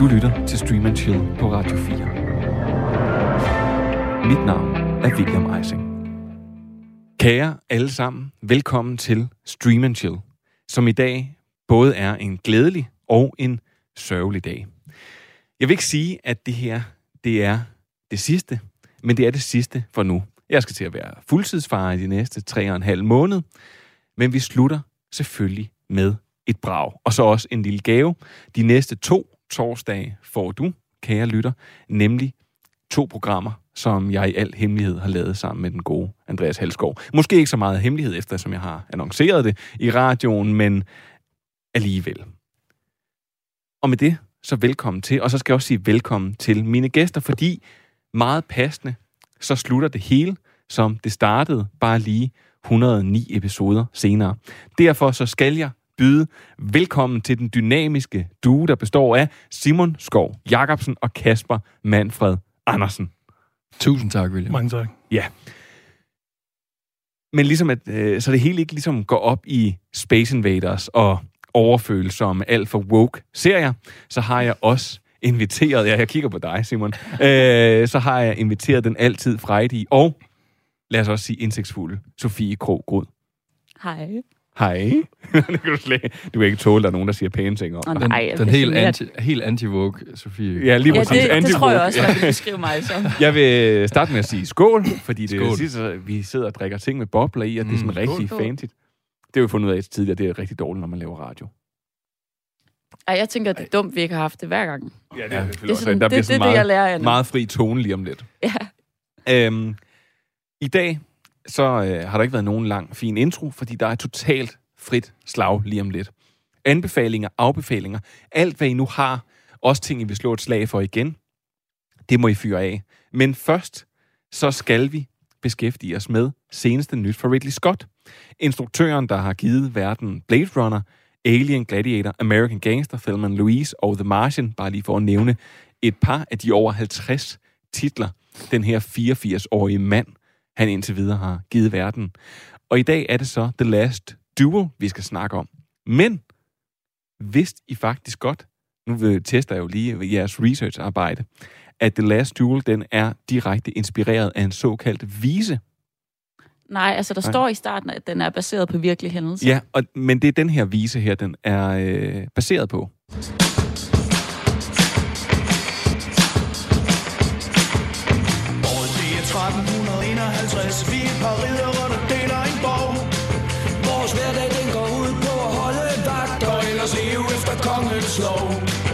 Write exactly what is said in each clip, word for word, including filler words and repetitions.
Du lytter til Stream and Chill på Radio fire. Mit navn er William Eising. Kære alle sammen, velkommen til Stream and Chill, som i dag både er en glædelig og en sørgelig dag. Jeg vil ikke sige, at det her det er det sidste, men det er det sidste for nu. Jeg skal til at være fuldtidsfar i de næste tre og en halv måned, men vi slutter selvfølgelig med et brag. Og så også en lille gave. De næste to torsdage får du, kære lytter, nemlig to programmer, som jeg i al hemmelighed har lavet sammen med den gode Andreas Halskov. Måske ikke så meget hemmelighed efter, som jeg har annonceret det i radioen, men alligevel. Og med det, så velkommen til, og så skal jeg også sige velkommen til mine gæster, fordi meget passende, så slutter det hele, som det startede, bare lige et hundrede og ni episoder senere. Derfor så skal jeg byde velkommen til den dynamiske duo, der består af Simon Skov Jacobsen og Kasper Manfred Andersen. Tusind tak, William. Mange tak. Ja. Men ligesom at, øh, så det hele ikke ligesom går op i Space Invaders og overfølelser om alt for woke serier, så har jeg også inviteret, ja, jeg kigger på dig, Simon, øh, så har jeg inviteret den altid frejdige og, lad os også sige, indsigtsfulde Sofie Krog Grud. Hej. Hej. Det kan du slet du kan ikke tåle, der er nogen, der siger pæne ting om. Oh, den nej, den helt, anti, helt anti-woke, Sofie. Ja, lige ja, præcis. det, det tror jeg også, man vil beskrive mig som. Jeg vil starte med at sige skål, fordi det skål. sidste, vi sidder og drikker ting med bobler i, og det er sådan Mm, rigtig skål. fancy. Det har vi fundet ud af tidligere, det er rigtig dårligt, når man laver radio. Ej, jeg tænker, det er dumt, vi ikke har haft det hver gang. Ja, det Ja. er Det er sådan, der det, bliver det, sådan det, det, jeg meget, lærer af nu. meget fri tone lige om lidt. Ja. Øhm, I dag, så øh, har der ikke været nogen lang, fin intro, fordi der er totalt frit slag lige om lidt. Anbefalinger, afbefalinger, alt hvad I nu har, også ting, I vil slå et slag for igen, det må I fyre af. Men først, så skal vi beskæftige os med seneste nyt fra Ridley Scott. Instruktøren, der har givet verden Blade Runner, Alien, Gladiator, American Gangster, Thelma and Louise og The Martian, bare lige for at nævne et par af de over halvtreds titler, den her fireogfirs-årige mand, han indtil videre har givet verden. Og i dag er det så The Last Duel, vi skal snakke om. Men vidste I faktisk godt, nu tester jeg jo lige jeres researcharbejde, at The Last Duel, den er direkte inspireret af en såkaldt vise. Nej, altså der Nej. står i starten, at den er baseret på virkelige hændelser. Ja, og, men det er den her vise her, den er øh, baseret på. tretten enoghalvtreds, vi er et par riddere, der deler en borg. Vores hverdag, den går ud på at holde vagt og ellers leve efter kongens lov.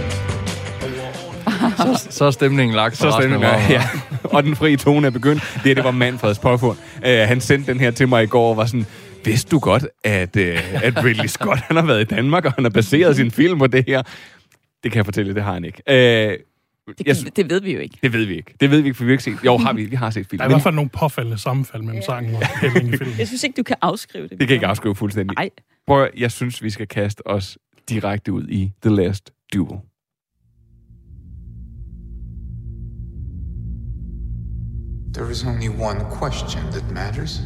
Så, så er stemningen lagt. Så stemningen er, ja. Og den frie tone er begyndt. Det, det var Manfreds påfund. Uh, han sendte den her til mig i går og var sådan, vidste du godt, at, uh, at Ridley Scott, han har været i Danmark, og han har baseret sin film på det her? Det kan jeg fortælle, det har han ikke. Uh, Det, jeg, kan, det ved vi jo ikke. det ved vi ikke. Det ved vi ikke, for vi har ikke set. Jo, har vi, vi har set Der filmen. er i hvert fald nogle påfaldende sammenfald mellem sangen og handlingen i filmen. Jeg synes ikke, du kan afskrive det. Det kan jeg ikke afskrive fuldstændig. Nej. Prøv at, jeg synes, vi skal kaste os direkte ud i The Last Duel. There is only one question that matters.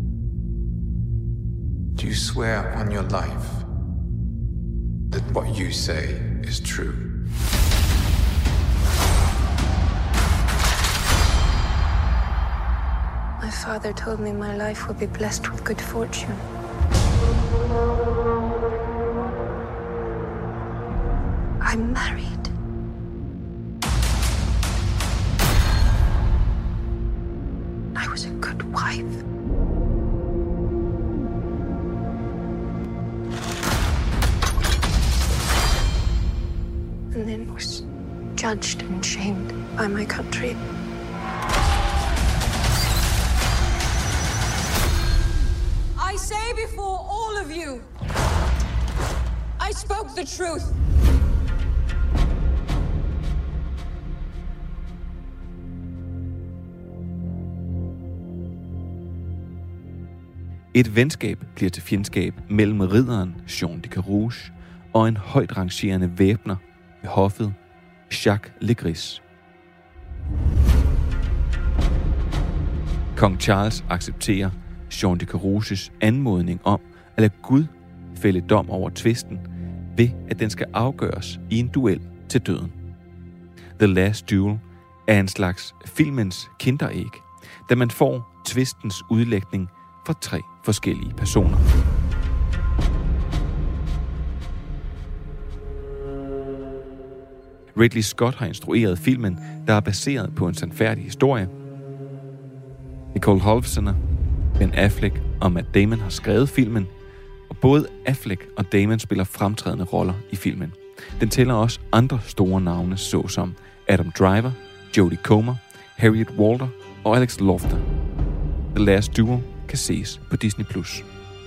Do you swear on your life that what you say is true? My father told me my life would be blessed with good fortune. I'm married. I was a good wife. And then was judged and shamed by my country. I say before all of you, I spoke the truth. Et venskab bliver til fjendskab mellem ridderen Jean de Carouge og en højt rangerende væbner ved hoffet Jacques Legris. Kong Charles accepterer Jean de Carouges anmodning om at lade Gud fælde dom over tvisten ved, at den skal afgøres i en duel til døden. The Last Duel er en slags filmens kinderæg, da man får twistens udlægning fra tre forskellige personer. Ridley Scott har instrueret filmen, der er baseret på en sandfærdig historie. Nicole Holofcener, Ben Affleck og Matt Damon har skrevet filmen, og både Affleck og Damon spiller fremtrædende roller i filmen. Den tæller også andre store navne, såsom Adam Driver, Jodie Comer, Harriet Walter og Alex Lofter. The Last Duel kan ses på Disney plus.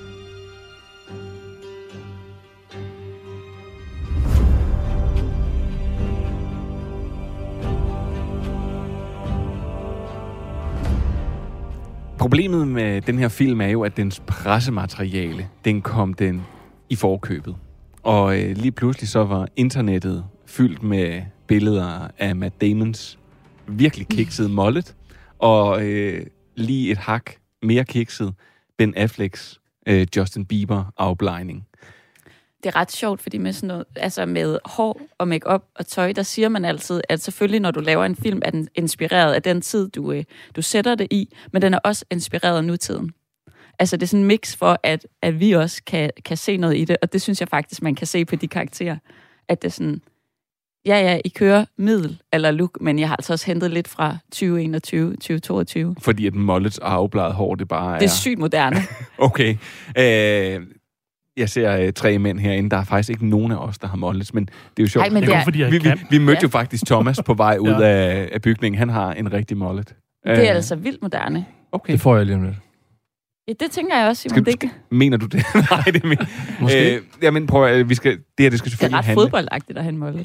Problemet med den her film er jo, at dens pressemateriale, den kom den i forkøbet. Og øh, lige pludselig så var internettet fyldt med billeder af Matt Damons virkelig kiksede mollet, og øh, lige et hak mere kikset Ben Afflecks øh, Justin Bieber afblejning. Det er ret sjovt, fordi med sådan noget, altså med hår og makeup og tøj, der siger man altid, at selvfølgelig når du laver en film, er den inspireret af den tid, du, øh, du sætter det i, men den er også inspireret af nutiden. Altså det er sådan en mix for, at, at vi også kan, kan se noget i det, og det synes jeg faktisk, man kan se på de karakterer, at det er sådan, ja ja, I kører middel eller look, men jeg har altså også hentet lidt fra tyve enogtyve, tyve toogtyve. Fordi et mollet og afbladet hår, det bare er... Det er sygt moderne. Okay. Øh, jeg ser uh, tre mænd herinde. Der er faktisk ikke nogen af os, der har mollets, men det er jo sjovt. Ej, men det er... fordi jeg vi, vi, vi mødte ja. jo faktisk Thomas på vej ud ja. af, af bygningen. Han har en rigtig mollet. Det er uh, altså vildt moderne. Okay. Det får jeg lige om lidt. Ja, det tænker jeg også, Simon. Skal, Det skal, mener du det? Nej, det er Måske. øh, jamen, prøv at, vi skal, det her, det skal det selvfølgelig er ret handle. fodboldagtigt at have en mollet.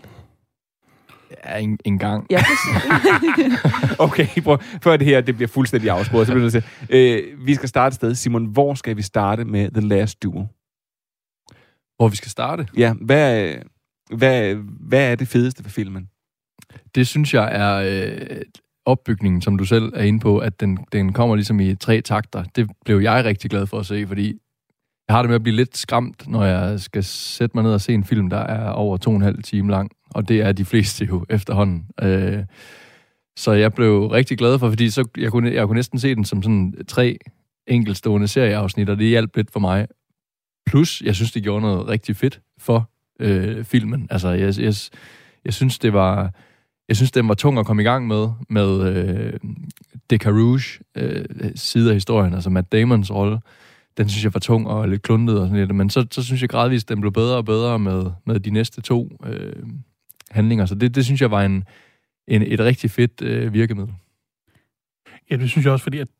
Ja, en, en gang. Ja, præcis. Okay, prøv, før det her det bliver fuldstændig afsporet, så bliver det til. Øh, vi skal starte et sted. Simon, hvor skal vi starte med The Last Duel? Hvor vi skal starte? Ja, hvad, hvad, hvad er det fedeste ved filmen? Det synes jeg er øh, opbygningen, som du selv er inde på, at den, den kommer ligesom i tre takter. Det blev jeg rigtig glad for at se, fordi jeg har det med at blive lidt skræmt, når jeg skal sætte mig ned og se en film, der er over to og en halv time lang. Og det er de fleste jo efterhånden. Øh, så jeg blev rigtig glad for, fordi så jeg kunne, jeg kunne næsten se den som sådan tre enkeltstående serieafsnit, og det hjalp lidt for mig. Plus, jeg synes, det gjorde noget rigtig fedt for øh, filmen. Altså, jeg, jeg, jeg synes, det var... Jeg synes, den var tung at komme i gang med, med øh, Deca Rouge øh, side af historien, altså Matt Damons rolle. Den synes jeg var tung og lidt kluntet og sådan lidt. Men så, så synes jeg gradvist, den blev bedre og bedre med, med de næste to øh, handlinger. Så det, det synes jeg var en, en, et rigtig fedt øh, virkemiddel. Ja, det synes jeg også, fordi at,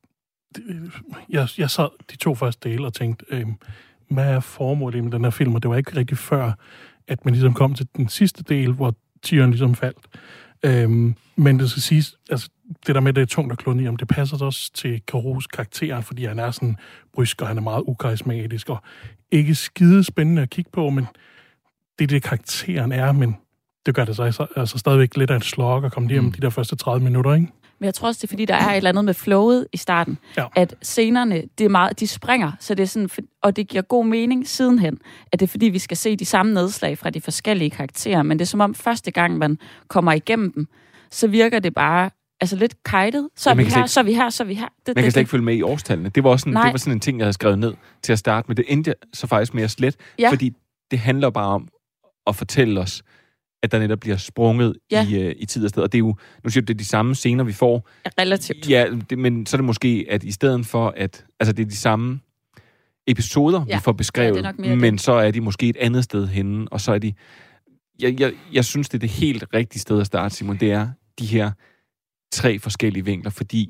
jeg, jeg sad de to første dele og tænkte, øh, hvad er formålet med den her film? Og det var ikke rigtig før, at man ligesom kom til den sidste del, hvor tieren ligesom faldt. Øhm, men det skal siges, altså det der med, det er tungt at klunde i, om det passer også til Carews karakter, fordi han er sådan brysk, og han er meget ukarismatisk, og ikke skide spændende at kigge på, men det er det, karakteren er, men det gør det så altså stadigvæk lidt af en slog at komme hjem mm. de der første tredive minutter, ikke? Men jeg tror også, det er, fordi der er et eller andet med flowet i starten. Ja. At scenerne, det er meget, de springer, så det er sådan, og det giver god mening sidenhen, at det er, fordi vi skal se de samme nedslag fra de forskellige karakterer, men det er som om første gang, man kommer igennem dem, så virker det bare altså lidt kajtet. Så er, ja, vi her, ikke, så er vi her, så er vi her. Det, man det, kan slet ikke følge med i årstallene. Det var, også sådan, det var sådan en ting, jeg havde skrevet ned til at starte med. Det endte jeg så faktisk mere slet, ja. Fordi det handler bare om at fortælle os, at der netop bliver sprunget ja. i, uh, i tid og sted. Og det er jo, nu siger du, det er de samme scener, vi får. Relativt. Ja, det, men så er det måske, at i stedet for, at altså det er de samme episoder, ja. vi får beskrevet, ja, men det. Så er de måske et andet sted henne, og så er de... Jeg, jeg, jeg synes, det er det helt rigtige sted at starte, Simon. Det er de her tre forskellige vinkler, fordi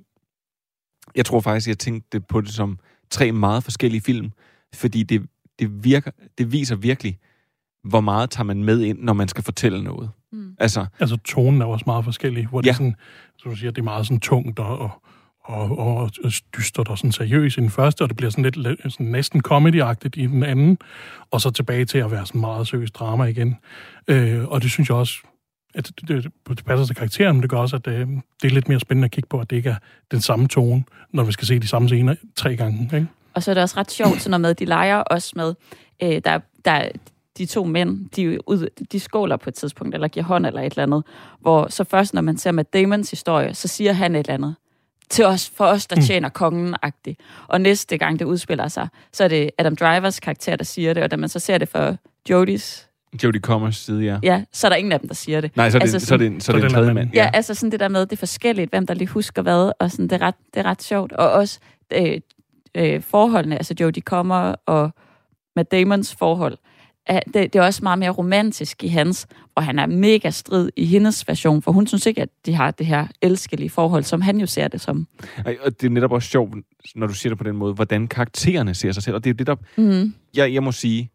jeg tror faktisk, jeg tænkte på det som tre meget forskellige film, fordi det, det, virker, det viser virkelig, hvor meget tager man med ind, når man skal fortælle noget. Mm. Altså, altså tonen er også meget forskellig, hvor ja. det er sådan, som du siger, det er meget sådan tungt og, og, og, og dystert og sådan seriøst i den første, og det bliver sådan lidt sådan næsten comedy-agtigt i den anden, og så tilbage til at være sådan meget seriøst drama igen. Øh, og det synes jeg også, at det, det, det passer til karakteren, men det gør også, at det, det er lidt mere spændende at kigge på, at det ikke er den samme tone, når vi skal se de samme scener tre gange, ikke? Og så er det også ret sjovt, sådan noget med, de leger også med, øh, der, der de to mænd, de, ud, de skåler på et tidspunkt, eller giver hånd eller et eller andet, hvor så først, når man ser Matt Damons historie, så siger han et eller andet til os, for os, der tjener kongen-agtigt. Og næste gang det udspiller sig, så er det Adam Drivers karakter, der siger det, og da man så ser det for Jodie's Jodie Comers side, ja. Ja, så er der ingen af dem, der siger det. Nej, så er det, altså, så er det, så er det en tredje mand. Ja. ja, altså sådan det der med, det er forskelligt, hvem der lige husker hvad, og sådan, det, er ret, det er ret sjovt. Og også øh, øh, forholdene, altså Jodie Comer og Matt Damons forhold, er, det, det er også meget mere romantisk i hans, hvor han er mega strid i hendes version, for hun synes ikke, at de har det her elskelige forhold, som han jo ser det som. Og det er netop også sjovt, når du siger det på den måde, hvordan karaktererne ser sig selv. Og det er det, der... Mm. Jeg, jeg må sige,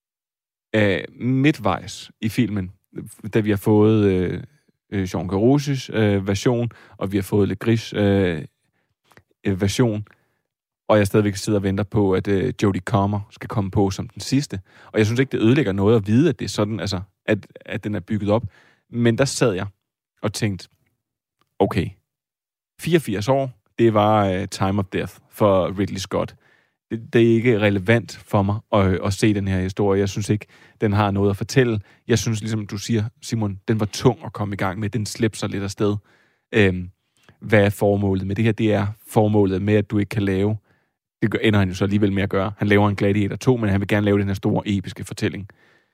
uh, midtvejs i filmen, da vi har fået uh, Jean Carousis uh, version, og vi har fået Le Gris uh, version, og jeg stadigvæk sidder og venter på, at uh, Jodie Comer skal komme på som den sidste. Og jeg synes ikke, det ødelægger noget at vide, at det er sådan, altså, at, at den er bygget op. Men der sad jeg og tænkte, okay, fireogfirs år, det var uh, time of death for Ridley Scott. Det, det er ikke relevant for mig at, at se den her historie. Jeg synes ikke, den har noget at fortælle. Jeg synes, ligesom du siger, Simon, den var tung at komme i gang med. Den slipper sig lidt afsted. Øhm, hvad er formålet med det her? Det er formålet med, at du ikke kan lave. Det ender han jo så alligevel med at gøre. Han laver en Gladiator to, men han vil gerne lave den her store, episke fortælling.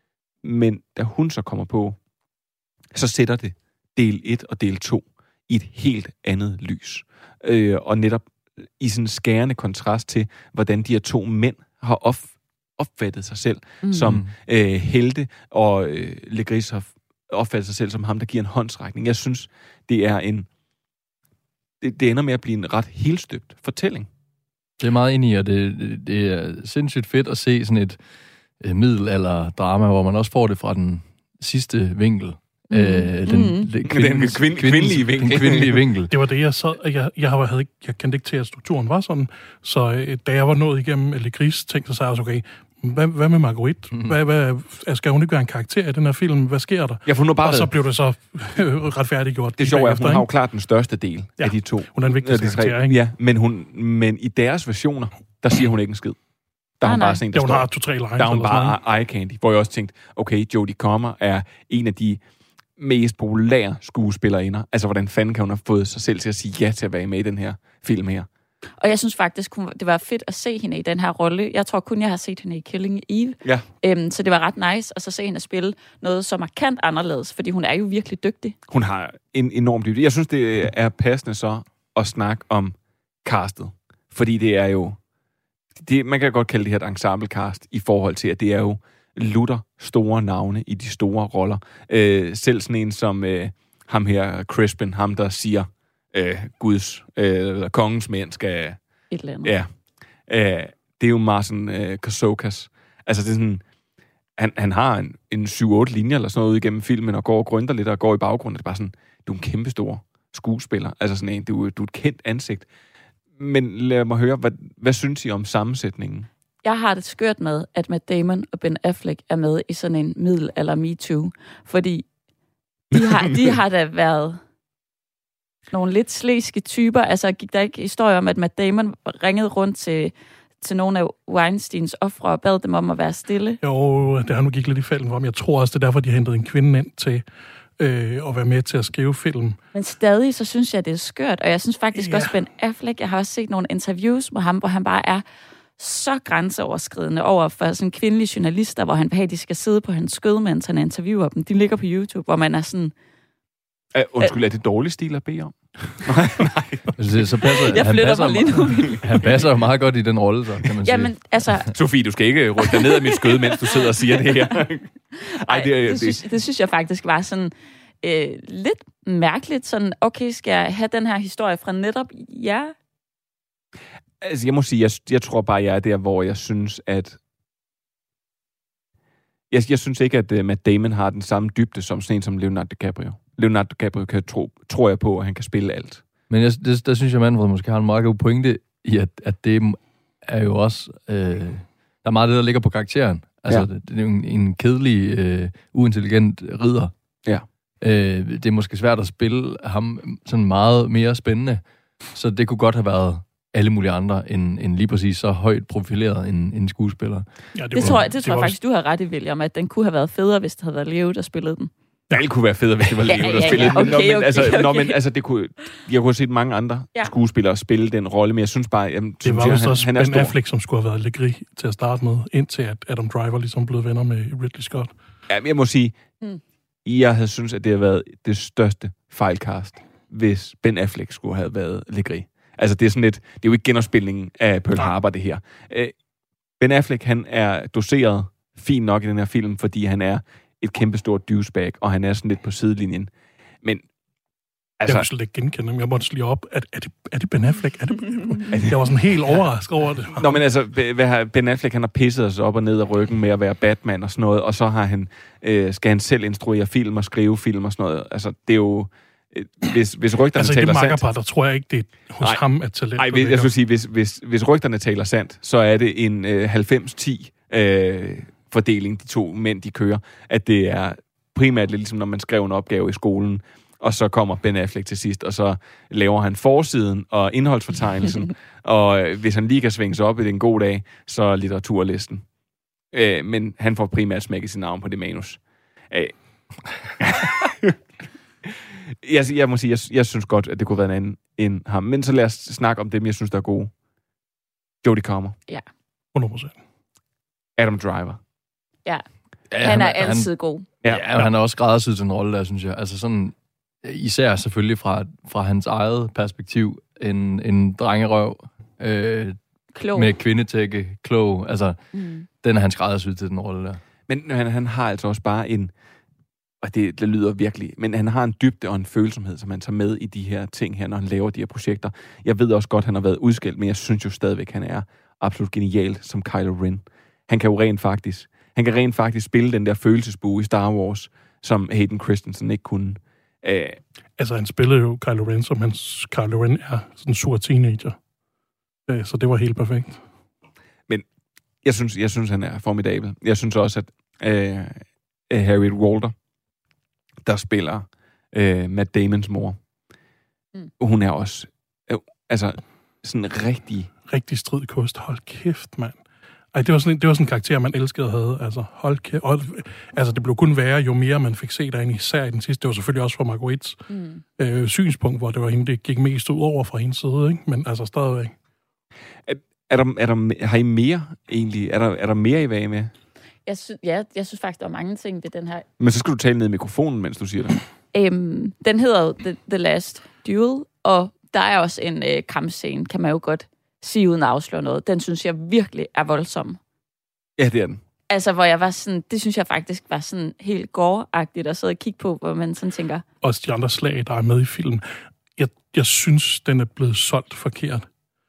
Men da hun så kommer på, så sætter det del et og del to i et helt andet lys. Øh, og netop i sådan en skærende kontrast til, hvordan de her to mænd har op- opfattet sig selv mm. som øh, helte, og øh, Le Gris har opfattet sig selv som ham, der giver en håndsrækning. Jeg synes, det er en... Det, det ender med at blive en ret helstøbt fortælling. Det er meget enig i, og det, det, det er sindssygt fedt at se sådan et øh, middelalder-drama, hvor man også får det fra den sidste vinkel. Mm. Øh, den, mm. den, kvindens, den kvind, kvindelige vinkel. Den kvindelige vinkel. Det var det, jeg sad... Jeg, jeg, havde ikke, jeg kendte ikke til, at strukturen var sådan, så øh, da jeg var nået igennem Le Gris, tænkte jeg så også, okay, hvad, hvad med Marguerite? Mm. Hvad, hvad, skal hun ikke være en karakter i den her film? Hvad sker der? Ja, bare og så blev det så retfærdiggjort. Det er sjovt, at hun har jo klart den største del ja, af de to. Hun er den vigtigste de karakter, ikke? Ja, men, hun, men i deres versioner, der siger hun ikke en skid. Der er hun bare sådan en, der ja, hun står, har to-tre lines. Der er hun bare eye candy, hvor jeg også tænkte, okay, Jodie Comer er en af de mest populære skuespillerinder. Altså, hvordan fanden kan hun have fået sig selv til at sige ja til at være med i den her film her? Og jeg synes faktisk, det var fedt at se hende i den her rolle. Jeg tror kun, jeg har set hende i Killing Eve. Ja. Øhm, så det var ret nice at så se hende spille noget så markant anderledes, fordi hun er jo virkelig dygtig. Hun har en enorm dybde. Jeg synes, det er passende så at snakke om castet. Fordi det er jo... Det, man kan godt kalde det her et ensemble-cast i forhold til, at det er jo lutter store navne i de store roller. Øh, selv sådan en som øh, ham her, Crispin, ham der siger, øh, Guds, øh, eller kongens mænd skal... Et eller andet. Ja. Øh, det er jo Martin øh, Kasokas. Altså, det er sådan... Han, han har en, en syv otte linjer eller sådan noget ude igennem filmen, og går og grønter lidt og går i baggrunden. Det er bare sådan, du er en kæmpestor skuespiller. Altså sådan en, du, du er et kendt ansigt. Men lad mig høre, hvad, hvad synes I om sammensætningen? Jeg har det skørt med, at Matt Damon og Ben Affleck er med i sådan en middel- eller MeToo. Fordi de har, de har da været nogle lidt slæske typer. Altså, gik der ikke historie om, at Matt Damon ringede rundt til, til nogle af Weinsteins ofre og bad dem om at være stille? Jo, det har nu gik lidt i fælden for ham. Jeg tror også, det er derfor, de har hentet en kvinde ind til øh, at være med til at skrive film. Men stadig, så synes jeg, det er skørt. Og jeg synes faktisk ja. også, Ben Affleck, jeg har også set nogle interviews med ham, hvor han bare er så grænseoverskridende over for sådan kvindelige journalister, hvor han vil have, de skal sidde på hans skød, mens han interviewer dem. De ligger på YouTube, hvor man er sådan... Uh, undskyld, er det dårlig stil at bede om? nej, nej. Altså, så passer, jeg flytter mig lige nu. Han passer meget godt i den rolle, så kan man sige. Jamen, altså... Sofie, du skal ikke rykke dig ned af mit skød, mens du sidder og siger det her. Ej, Ej det, det, det, synes, det synes jeg faktisk var sådan øh, lidt mærkeligt. Sådan, okay, skal jeg have den her historie fra netop jer? Altså, jeg må sige, jeg, jeg tror bare, jeg er der, hvor jeg synes, at... Jeg, jeg synes ikke, at uh, Matt Damon har den samme dybde som sådan en som Leonardo DiCaprio. Leonardo DiCaprio kan tro, tror jeg på, at han kan spille alt. Men jeg, det, der synes jeg, Manfred måske har en meget god pointe i, at, at det er jo også... Øh, der er meget det, der ligger på karakteren. Altså, ja. det, det er jo en, en kedelig, øh, uintelligent ridder. Ja. Øh, det er måske svært at spille ham sådan meget mere spændende. Så det kunne godt have været alle mulige andre, end, end lige præcis så højt profileret en, en skuespiller. Ja, det, det var, tror jeg, det, det tror jeg faktisk, du har ret i, William, at den kunne have været federe, hvis det havde været Leo, der spillede den. Det kunne være federe, hvis det var Leo, ja, ja, der spillede ja, okay, den. Nå, men, okay, altså, okay. Nå, men altså, det kunne, jeg kunne have set mange andre ja. skuespillere spille den rolle, men jeg synes bare, jamen, det var jeg, jo også han, han Ben Affleck, som skulle have været Legris til at starte med, indtil at Adam Driver ligesom blev venner med Ridley Scott. Ja, men jeg må sige, mm. jeg havde synes, at det havde været det største fejlcast, hvis Ben Affleck skulle have været Legris. Altså, det er sådan lidt, det er jo ikke genopspilningen af Pearl Harbor, det her. Ben Affleck, han er doseret fint nok i den her film, fordi han er et kæmpestort douchebag, og han er sådan lidt på sidelinjen. Men altså, jeg kunne slet ikke genkende ham. Jeg måtte slå op. Er, er, det, er det Ben Affleck? Er det Ben Affleck? Jeg var sådan helt overrasket over det. Nå, men altså, Ben Affleck, han har pisset os op og ned af ryggen med at være Batman og sådan noget, og så har han, øh, skal han selv instruere film og skrive film og sådan noget. Altså, det er jo... Hvis, hvis rygterne altså, taler sandt... Altså, i det der tror jeg ikke, det er hos nej, ham, at talent... Nej, jeg skulle sige, hvis, hvis, hvis rygterne taler sandt, så er det en øh, halvfems ti øh, fordeling, de to mænd, de kører. At det er primært lidt ligesom, når man skrev en opgave i skolen, og så kommer Ben Affleck til sidst, og så laver han forsiden og indholdsfortegnelsen, og øh, hvis han lige kan svinge sig op i en god dag, så litteraturlisten. Øh, men han får primært smækket sin navn på det manus. Øh. Jeg, jeg må sige, jeg, jeg synes godt, at det kunne være en anden end ham. Men så lad os snakke om dem, jeg synes, der er gode. Jodie Comer. Ja. hundrede procent. Adam Driver. Ja. ja han er han, altid god. Ja, ja, ja. Han er også skræddersyet til en rolle der, synes jeg. Altså sådan, især selvfølgelig fra, fra hans eget perspektiv, en, en drengerøv, øh, med kvindetække, klog. Altså, mm. den er han skræddersyet til den rolle der. Men han, han har altså også bare en... Og det, det lyder virkelig, men han har en dybde og en følsomhed, som han tager med i de her ting her, når han laver de her projekter. Jeg ved også godt, at han har været udskilt, men jeg synes jo stadigvæk, han er absolut genial som Kylo Ren. Han kan jo rent faktisk, han kan rent faktisk spille den der følelsesbue i Star Wars, som Hayden Christensen ikke kunne. Æh, altså, han spillede jo Kylo Ren, som hans Kylo Ren er sådan en sur teenager. Æh, så det var helt perfekt. Men jeg synes, jeg synes han er formidabel. Jeg synes også, at øh, Harriet Walter, der spiller øh, Matt Damons mor. Mm. Hun er også øh, altså sådan rigtig... Rigtig stridkost. Hold kæft, mand. Ej, det var sådan en, det var sådan en karakter, man elskede at have. Altså, hold kæft. Hold, altså, det blev kun værre, jo mere man fik set derinde, især i den sidste. Det var selvfølgelig også fra Marguerites mm. øh, synspunkt, hvor det var hende, det gik mest ud over fra hendes side, ikke? Men altså stadigvæk. Er, er, der, er der, har I mere egentlig? Er der, er der mere, I vil med? Jeg synes, ja, jeg synes faktisk, der er mange ting ved den her. Men så skal du tale ned i mikrofonen, mens du siger det. Øhm, den hedder jo The, The Last Duel, og der er også en øh, kampscene, kan man jo godt sige uden at afsløre noget. Den synes jeg virkelig er voldsom. Ja, det er den. Altså, hvor jeg var sådan, det synes jeg faktisk var sådan helt gore-agtigt at sidde og kigge på, hvor man sådan tænker... Også de andre slag, der er med i filmen. Jeg, jeg synes, den er blevet solgt forkert.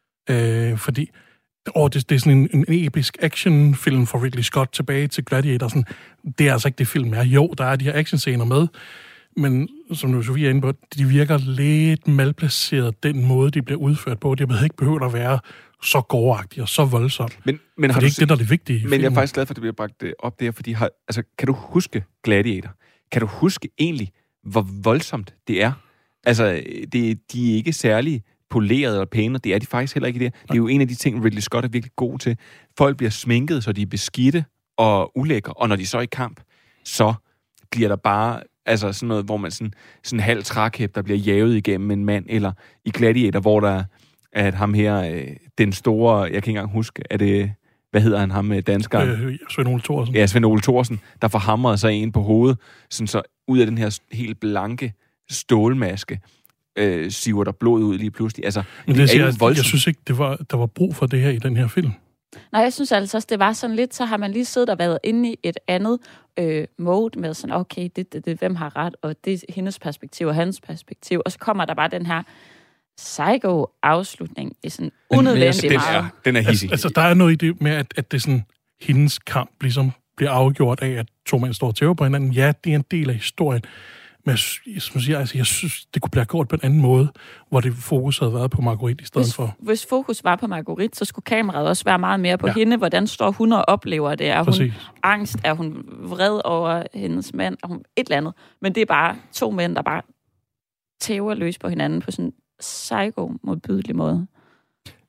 Øh, fordi... Oh, det, det er sådan en, en episk actionfilm for Ridley Scott tilbage til Gladiator. Sådan, det er altså ikke det film er. Jo, der er de her actionscener med, men som du Sofie er inde på, de virker lidt malplaceret den måde, de bliver udført på. Det havde ikke behøvet at være så gårdagtigt og så voldsomt. Men, men har det er du ikke det, der er det vigtige i Men filmen. jeg er faktisk glad for, at det bliver bragt op der, fordi har, altså, kan du huske Gladiator? Kan du huske egentlig, hvor voldsomt det er? Altså, det, de er ikke særlig poleret eller pæne, det er de faktisk heller ikke det. Det er jo en af de ting, Ridley Scott er virkelig god til. Folk bliver sminket, så de er beskidte og ulækre, og når de så er i kamp, så bliver der bare altså sådan noget, hvor man sådan, sådan en halv trækæb, der bliver jaget igennem en mand, eller i Gladiator, hvor der er at ham her, øh, den store, jeg kan ikke engang huske, er det, hvad hedder han, ham med danskeren? Øh, Svend Ole Thorsen. Ja, Svend Ole Thorsen, der får hamret sig en på hovedet, sådan så ud af den her helt blanke stålmaske, øh, siver der blod ud lige pludselig. Altså, Men det, det siger, jeg, jeg synes ikke, det var, der var brug for det her i den her film. Nej, jeg synes altså også, det var sådan lidt, så har man lige siddet og været inde i et andet øh, mode med sådan, okay, det, det, det, hvem har ret, og det er hendes perspektiv og hans perspektiv, og så kommer der bare den her psycho-afslutning i sådan unødvendigt den meget. Er, den er hissig. Altså, altså, der er noget i det med, at, at det sådan, hendes kamp ligesom bliver afgjort af, at to mænd står og tæver på hinanden. Ja, det er en del af historien. Men jeg, som siger, altså, jeg synes, det kunne blive gjort på en anden måde, hvor det fokus havde været på Marguerite i stedet hvis, for. Hvis fokus var på Marguerite, så skulle kameraet også være meget mere på ja. hende. Hvordan står hun og oplever det? Er Præcis. hun angst? Er hun vred over hendes mand? Er hun et eller andet? Men det er bare to mænd, der bare tæver løs på hinanden på sådan en psycho-modbydelig måde.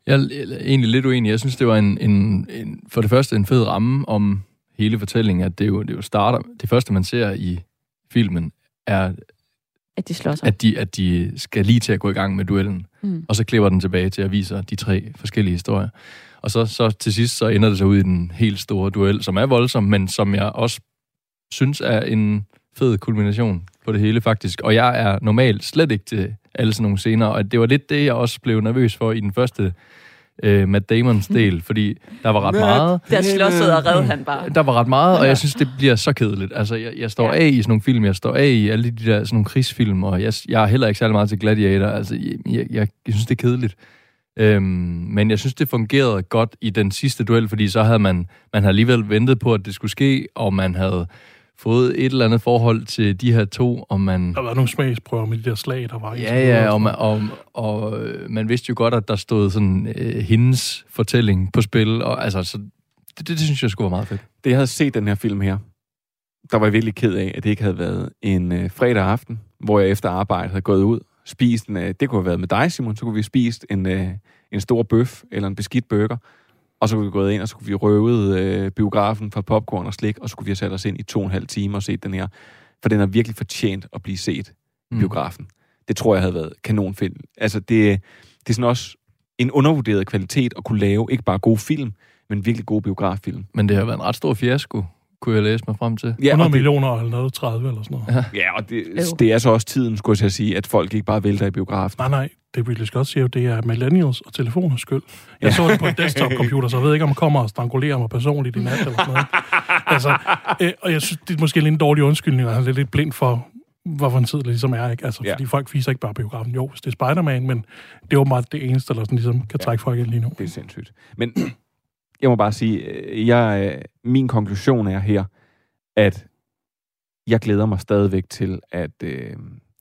Jeg er egentlig lidt uenig. Jeg synes, det var en, en, en for det første en fed ramme om hele fortællingen, at det jo, det jo starter... Det første, man ser i filmen, er... At de slår sig. At de, at de skal lige til at gå i gang med duellen. Mm. Og så klipper den tilbage til at vise de tre forskellige historier. Og så, så til sidst, så ender det sig ud i den helt store duel, som er voldsom, men som jeg også synes er en fed kulmination på det hele, faktisk. Og jeg er normalt slet ikke til alle sådan nogle scener, og det var lidt det, jeg også blev nervøs for i den første øh, Matt Damons del, fordi der var ret meget... Der slåsede og redde han bare. Der var ret meget, og jeg synes, det bliver så kedeligt. Altså, jeg, jeg står af i sådan nogle film, jeg står af i alle de der sådan nogle krigsfilm, og jeg, jeg er heller ikke særlig meget til Gladiator. Altså, jeg, jeg, jeg, jeg synes, det er kedeligt. Øhm, men jeg synes, det fungerede godt i den sidste duel, fordi så havde man, man havde alligevel ventet på, at det skulle ske, og man havde fået et eller andet forhold til de her to, og man... Der var nogle smagsprøver med de der slag, der var... Ja, ja, og man, og, og man vidste jo godt, at der stod sådan øh, hendes fortælling på spil, og altså, så det, det, det synes jeg skulle være meget fedt. Det, jeg havde set den her film her, der var jeg virkelig ked af, at det ikke havde været en øh, fredag aften, hvor jeg efter arbejde havde gået ud, spist en... Øh, det kunne have været med dig, Simon, så kunne vi spist en, øh, en stor bøf eller en beskidt burger, og så kunne vi gået ind, og så kunne vi røve øh, biografen for popcorn og slik, og så kunne vi have sat os ind i to og en halv time og set den her. For den er virkelig fortjent at blive set i biografen. Mm. Det tror jeg havde været kanonfilm. Altså, det, det er sådan også en undervurderet kvalitet at kunne lave ikke bare gode film, men virkelig gode biograffilm. Men det har været en ret stor fiasko, kunne jeg læse mig frem til. Ja, hundrede millioner eller noget, tredive eller sådan noget. Ja, ja og det, det er så også tiden, skulle jeg sige, at folk ikke bare vælter i biografen. Nej, nej. Det Ridley Scott siger jo, det er millennials og telefoners skyld. Jeg ja. så det på en desktop-computer, så jeg ved ikke, om man kommer og strangulerer mig personligt i nat eller sådan noget. Altså, øh, og jeg synes, det er måske lidt en dårlig undskyldning, og han er lidt blind for, hvorfor en tid det ligesom er, ikke? Altså, ja. Fordi folk viser ikke bare biografen. Jo, hvis det er Spider-Man, men det er jo meget det eneste, der sådan ligesom kan trække ja. folk ind lige nu. Det er sindssygt. Men jeg må bare sige, jeg, min konklusion er her, at jeg glæder mig stadigvæk til, at, øh,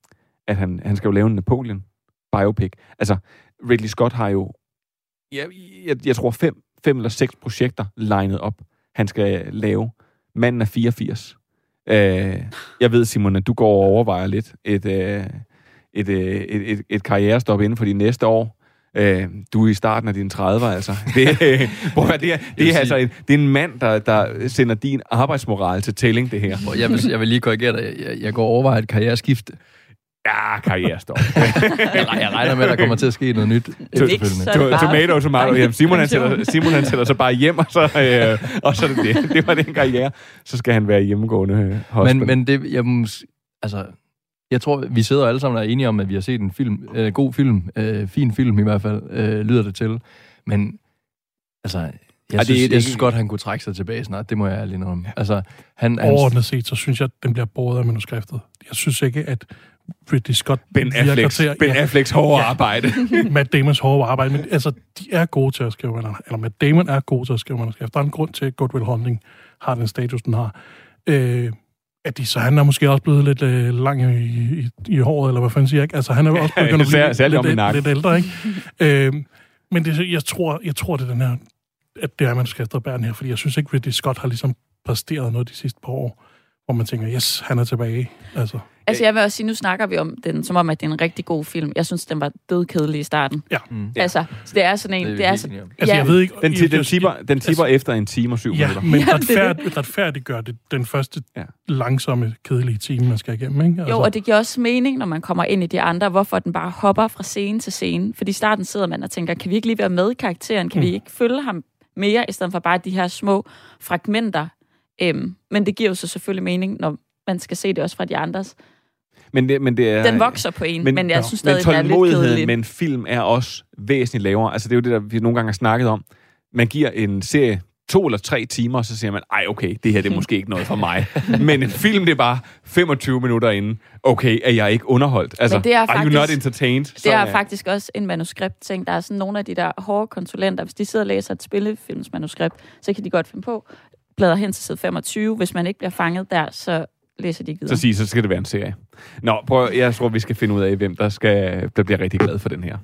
at han, han skal jo lave en Napoleon biopic. Altså, Ridley Scott har jo, jeg, jeg, jeg tror, fem, fem eller seks projekter legnet op, han skal lave. Manden er fireogfirs. Uh, jeg ved, Simon, at du går og overvejer lidt et, uh, et, uh, et, et, et karrierestop inden for de næste år. Uh, du er i starten af dine trediver, altså. Det, uh, det, er, det, er, altså en, det er en mand, der, der sender din arbejdsmoral til tælling, det her. Jeg vil, jeg vil lige korrigere dig. Jeg, jeg går og overvejer et karriereskifte. Ja, karrierestop. jeg, jeg regner med, at der kommer til at ske noget nyt. To- tomato, tomato. Jamen, Simon, han sætter, Simon han sætter sig bare hjem, og så, øh, og så er det det. Det var den karriere. Så skal han være hjemmegående øh, husband. Men, men det, jeg, altså, jeg tror, vi sidder alle sammen og er enige om, at vi har set en film, øh, god film, øh, fin film i hvert fald, øh, lyder det til. Men, altså... Jeg, ja, synes, det, det, jeg synes godt, han kunne trække sig tilbage snart. Det må jeg ærlig om. Ja. Altså, han, overordnet set, så synes jeg, at den bliver båret af manuskriptet. Jeg synes ikke, at Ridley Scott Ben Afflecks, til at, Ben ja, Afflecks hårde ja, arbejde. Matt Damons hårde arbejde. Men altså, de er gode til at skrive, eller, eller Matt Damon er god til at skrive manuskript. Der er en grund til, at Good Will Hunting har den status, den har. Øh, at de, så han er måske også blevet lidt øh, lang i, i, i håret, eller hvad fanden siger jeg ikke? Altså, han er også begyndt at blive lidt, lidt, lidt ældre, ikke? øh, men det, jeg, tror, jeg tror, det er den her, at det er manuskriptet, der bærer den her, fordi jeg synes ikke, Ridley Scott har ligesom præsteret noget de sidste par år, hvor man tænker, yes, han er tilbage. Altså, altså jeg vil også sige, nu snakker vi om den, som om, at det er en rigtig god film. Jeg synes, den var dødkedelig i starten. Ja. Mm. Altså, så det er sådan en... Det er, det er sådan, ja. Altså, jeg ved ikke... Den, t- den tipper, den tipper altså, efter en time og syv ja, minutter. men retfærd, retfærdiggør det den første ja. langsomme, kedelige time, man skal igennem, ikke? Altså. Jo, og det giver også mening, når man kommer ind i de andre, hvorfor den bare hopper fra scene til scene. Fordi i starten sidder man og tænker, kan vi ikke lige være med i karakteren? Kan mm. vi ikke følge ham mere, i stedet for bare de her små fragmenter? Øhm, men det giver jo så selvfølgelig mening, når man skal se det også fra de andres. Men det, men det er, den vokser på en, men, men jeg ja. synes stadig, men det er lidt kedeligt. Men film er også væsentligt lavere. Altså det er jo det, der vi nogle gange har snakket om. Man giver en serie to eller tre timer, og så siger man, ej okay, det her det er måske ikke noget for mig. Men en film, det er bare femogtyve minutter inden. Okay, er jeg ikke underholdt? Altså, det er faktisk, are you not entertained? Det er, er faktisk også en manuskript-ting. Der er sådan nogle af de der hårde konsulenter, hvis de sidder og læser et spillefilmsmanuskript, så kan de godt finde på, bladrer hen til side femogtyve. Hvis man ikke bliver fanget der, så læser de ikke videre. Så sig, så skal det være en serie. Nå, prøv, jeg tror, vi skal finde ud af, hvem der, skal, der bliver rigtig glad for den her.